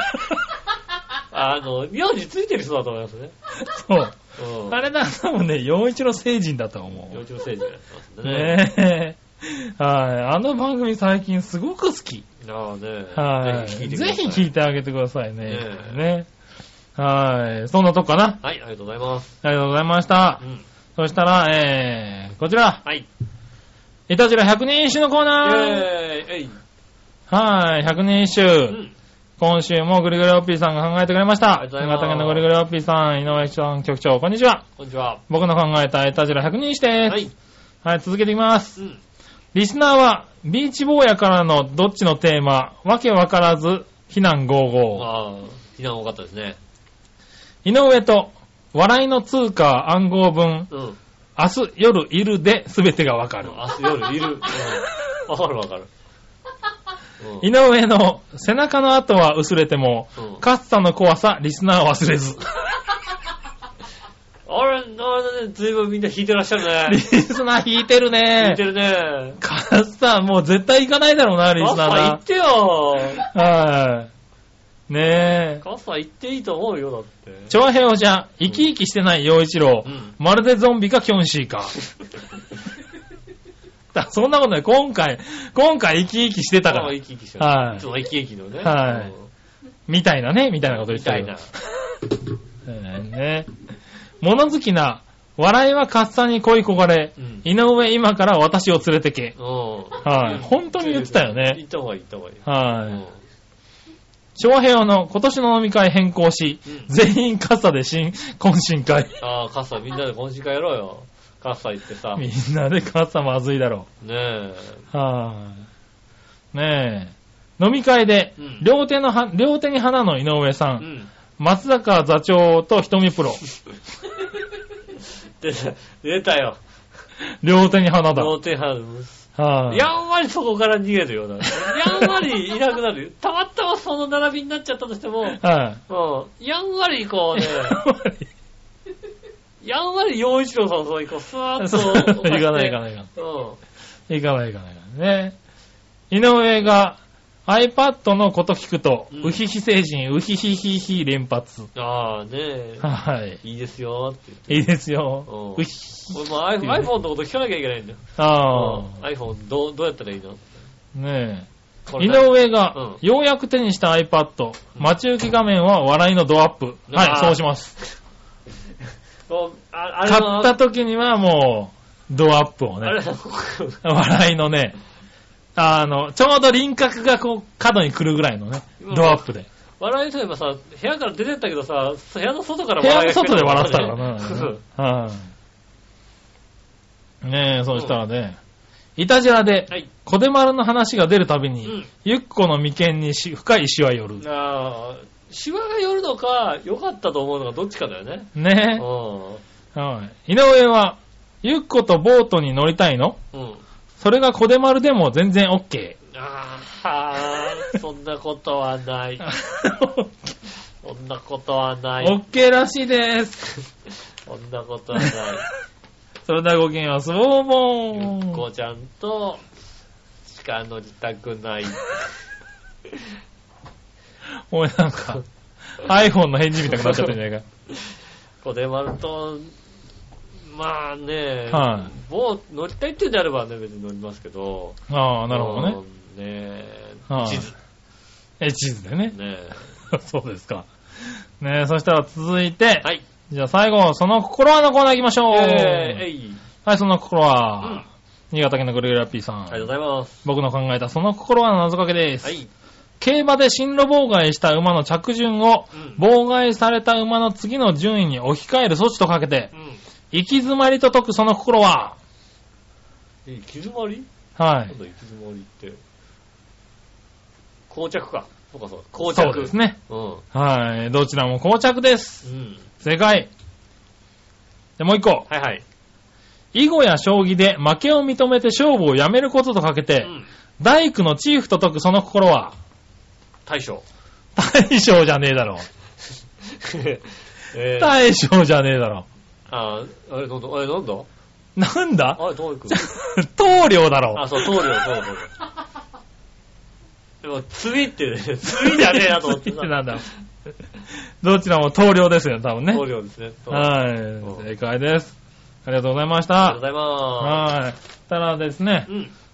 B: ね。名字ついてる人だと思いますね。
C: そう。あれだ、多分ね、陽一郎星人だと思う。
B: 陽一郎星人やってますね。
C: ねえ。はい。番組最近すごく好き。はい。ぜひ聞いてあげてくださいね。ね。はい。そんなとこかな。
B: はい、ありがとうございます。
C: ありがとうございました。そしたら、こちら。はい。いたじら100人一首のコーナー。はい、100人一首。今週もぐりぐりおっぴーさんが考えてくれました。新潟県のぐりぐりおっぴーさん、井上さん局長、こんにちは。
B: こんにちは。
C: 僕の考えたいたじら100人一首です。はい。はい、続けていきます。リスナーは、ビーチ坊やからのどっちのテーマ、わけわからず、非難55。
B: 非難多かったですね。
C: 井上と、笑いの通貨暗号文。明日夜いるで全てがわかる。
B: 明日夜いる。わかるわかる。
C: 井上の背中の跡は薄れても、カッサの怖さリスナー忘れず。
B: あれ、ずいぶんみんな弾いてらっしゃるね。
C: リスナー弾いてるね。
B: 弾いてるね。
C: カッサもう絶対行かないだろうな、リスナーな。
B: カッサ行ってよ。
C: はい。ねえ。
B: カッサ行っていいと思うよ、だって。
C: 長平じゃ、生き生きしてない陽一郎。まるでゾンビかキョンシーか。そんなことない。今回生き生きしてたから。
B: 生き生きしてた。はい。いつも生き生きのね。
C: はい。みたいなこと言ってた。
B: みたいな。
C: ね。物好きな、笑いはカッサに恋焦がれ、井上今から私を連れてけ。はい。本当に言ってたよね。
B: 行った方がいい、行った方がいい。
C: はい。昭平の今年の飲み会変更し、全員カッサで懇親会。
B: カッサみんなで懇親会やろうよ。カッサ行ってさ。
C: みんなでカッサまずいだろ
B: う。ねえ。
C: はい。ねえ。飲み会で、両手に花の井上さん、松坂座長と瞳プロ。
B: 出たよ。
C: 両手に花だ。
B: 両手に花だ。やんわりそこから逃げるような。やんわりいなくなる。たまたまその並びになっちゃったとしても、やんわりこうね、やんわり陽一郎さんのそこにこう、スワーッと。
C: 行かない。行かないね。井上が iPad のこと聞くと、ウヒヒ星人、ウヒヒヒヒ連発。
B: ああ、ねえ。
C: はい。
B: いいですよって言って。
C: いいですよ。
B: ウヒヒ。俺も iPhone のこと聞かなきゃいけないんだよ。iPhone どうやったらいいの
C: ねえ。井上が、ようやく手にした iPad、待ち受け画面は笑いのドアップ。はい、そうします。買った時にはもう、ドアップをね。笑いのね、ちょうど輪郭がこう、角に来るぐらいのね、ドアップで。
B: 笑いといえばさ、部屋から出てったけどさ、部屋の外から
C: 笑いが部屋の外で笑ってたからな。ねえ、そうしたらね、いたじらで、小出丸の話が出るたびに、ゆっこの眉間に深いシワ寄る。
B: ああ、シワが寄るのか、良かったと思うのか、どっちかだよね。
C: ねえ。はい。井上は、ゆっことボートに乗りたいの？それが小出丸でも全然 OK。
B: ああ、そんなことはない。そんなことはない。
C: OK らしいです。
B: そんなことはない。
C: それではごきげんよう、スボーボーン。
B: ゆっこちゃんと、しか乗りたくない。
C: おいなんか、iPhone の返事みたいになっちゃってんじゃないか。
B: 小出丸と、まあね、乗りたいって言うんであればね、別に乗りますけど。
C: ああ、なるほどね。地図。地図でね。そうですか。ねえ、そしたら続いて、はい。じゃあ最後、その心はのコーナー行きましょう。はい、その心は、新潟県のグルーラッピーさん。
B: ありがとうございます。
C: 僕の考えたその心はの謎かけです。はい。競馬で進路妨害した馬の着順を、妨害された馬の次の順位に置き換える措置とかけて、行き詰まりと解くその心は、
B: 行き詰まり？
C: はい。
B: 行き詰まりって。膠着か。そうかそう。膠着。
C: そうですね。はい。どちらも膠着です。正解。で、もう一個。
B: はいはい。
C: 囲碁や将棋で負けを認めて勝負をやめることとかけて、大工のチーフと解くその心は、
B: 大将。
C: 大将じゃねえだろ。大将じゃねえだろ。
B: あれなんだ
C: なんだ
B: あれ、どういく
C: 棟梁だろ。
B: あ、そう、棟梁、そう。でも、次ってね、次じゃねえなと思ってさ。
C: 次ってなんだどちらも棟梁ですよ、多分ね。
B: 棟梁ですね。
C: はい。正解です。ありがとうございました。
B: ありがとうございます。
C: はい。たらですね、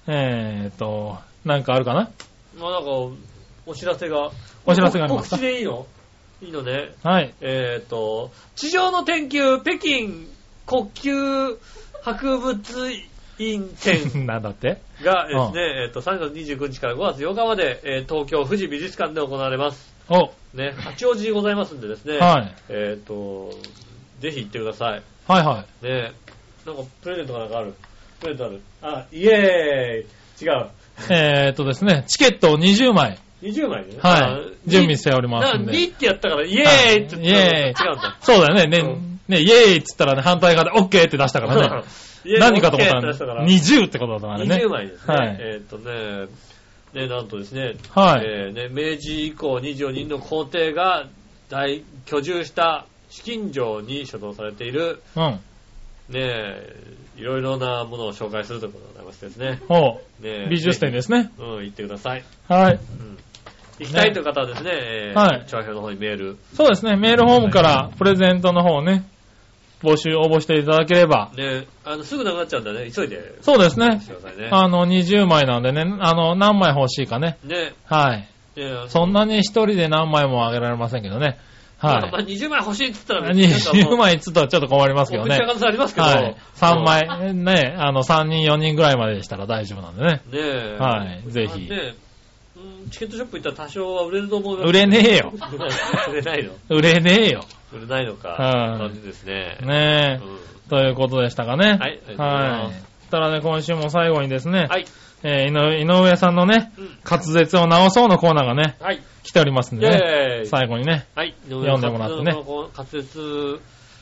C: なんかあるかな？
B: まあなんか、お知らせが。
C: お知らせがありますか？
B: 告知でいいの？いいのね。
C: はい。
B: 地上の天球、北京国級博物院展。
C: なんだって
B: がですね、3月29日から5月8日まで、東京富士美術館で行われます。ね、八王子にございますんでですね。
C: はい。
B: ぜひ行ってください。
C: はいはい。
B: ね、なんかプレゼントがなんかある。プレゼントある。あ、イエーイ。違う。
C: ですね、チケットを20枚。
B: 20枚ね。
C: はい。準備しておりますんで。
B: 2ってやったから、イエーイって言ったら違うんだ。
C: そうだよね。ね、イエーイって言ったらね、反対側でオッケーって出したからね。何かと思ったら、20ってことだからね。
B: 20枚ですね。はい。ね、なんとですね。はい。明治以降24人の皇帝が居住した紫禁城に所蔵されている、ね、いろいろなものを紹介するということでございましてですね。
C: ね、美術展ですね。
B: 行ってください。
C: はい。
B: 行きたいという方はですね、調和表の方にメール。
C: そうですね、メールホームからプレゼントの方をね、応募していただければ。
B: ね、すぐなくなっちゃうんだね、急いで。
C: そうですね。20枚なんでね、何枚欲しいかね。
B: ね。
C: はい。そんなに一人で何枚もあげられませんけどね。はい。
B: まあ、20枚欲しいって言ったら
C: 20枚って言ったらちょっと困りますけどね。
B: めっちゃ数ありますけど。
C: はい。3枚、ね、3人、4人ぐらいまででしたら大丈夫なんでね。
B: ね
C: はい。ぜひ。
B: ね、チケットショップ行ったら多少は売れると思うよ。
C: 売れねえよ。
B: 売れないの？
C: 売れねえよ。
B: 売れないのか。感じですね。
C: ねえ。ということでしたかね。
B: はい。
C: はい。そしたらね、今週も最後にですね。はい。井上さんのね、滑舌を直そうのコーナーがね。はい。来ておりますんでね。最後にね。はい。読んでもらってね。
B: 滑舌、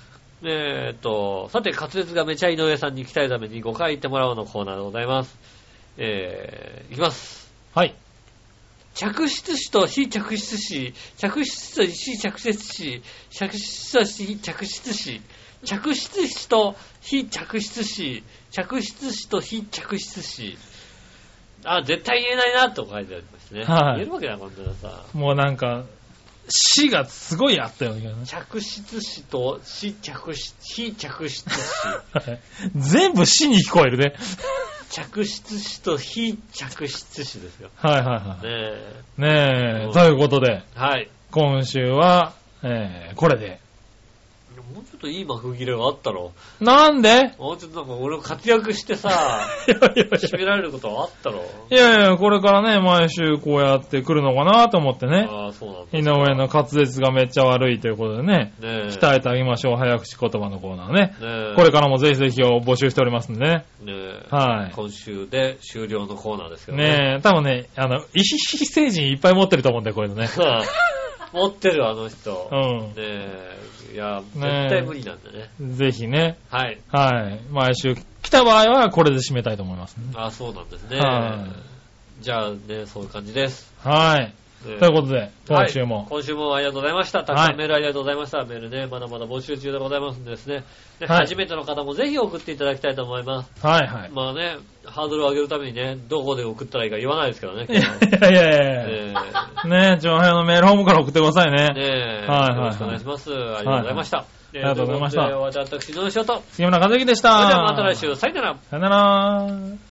B: さて、滑舌がめちゃ井上さんに行きたいために5回言ってもらおうのコーナーでございます。いきます。
C: はい。
B: 着室詞と非着室詞、着室と非着室詞、着室と非着室詞、着室詞と非着室詞、着室詞と非着室詞。あ、絶対言えないなと書いてありますね。はい。言えるわけだ、こんなのさ。
C: もうなんか、詞がすごいあったよね。
B: 着室詞と非着室詞。
C: 全部詞に聞こえるね。
B: 着室詞と非着室詞ですよ。
C: はいはいはい。ねえ、ということで、
B: はい。
C: 今週は、これで。
B: もうちょっといい幕切れがあったろ。
C: なんで？
B: もうちょっとなんか俺活躍してさ、締められることはあったろ。
C: いやいや、これからね、毎週こうやって来るのかなと思ってね。
B: ああ、そうなん
C: です。井上の滑舌がめっちゃ悪いということでね。鍛えてあげましょう、早口言葉のコーナーね。これからもぜひぜひを募集しておりますんでね。はい。
B: 今週で終了のコーナーですけどね。
C: ねえ、多分ね、意思成人いっぱい持ってると思うんだよ、こういうのね。
B: 持ってる、あの人。
C: うん。
B: ねえ。いや、絶対無理なんだね。
C: ぜひね。
B: はい。
C: はい。毎週来た場合はこれで締めたいと思いますね。
B: あ、そうなんですね。じゃあね、そういう感じです。
C: はい。ということで、今週も、
B: 今週もありがとうございました。たくさんメールありがとうございました。メールね、まだまだ募集中でございますんでですね。初めての方もぜひ送っていただきたいと思います。
C: はいはい。
B: まあね、ハードルを上げるためにね、どこで送ったらいいか言わないですからね。
C: いやいやいや。ねえ、長編のメールホームから送ってくださいね。
B: ねえ、はい。よろしくお願いします。ありがとうございました。あ
C: りがとうございました。
B: 私、野田翔と、
C: 杉村和之でした。
B: それではまた来週、さよなら。
C: さよなら。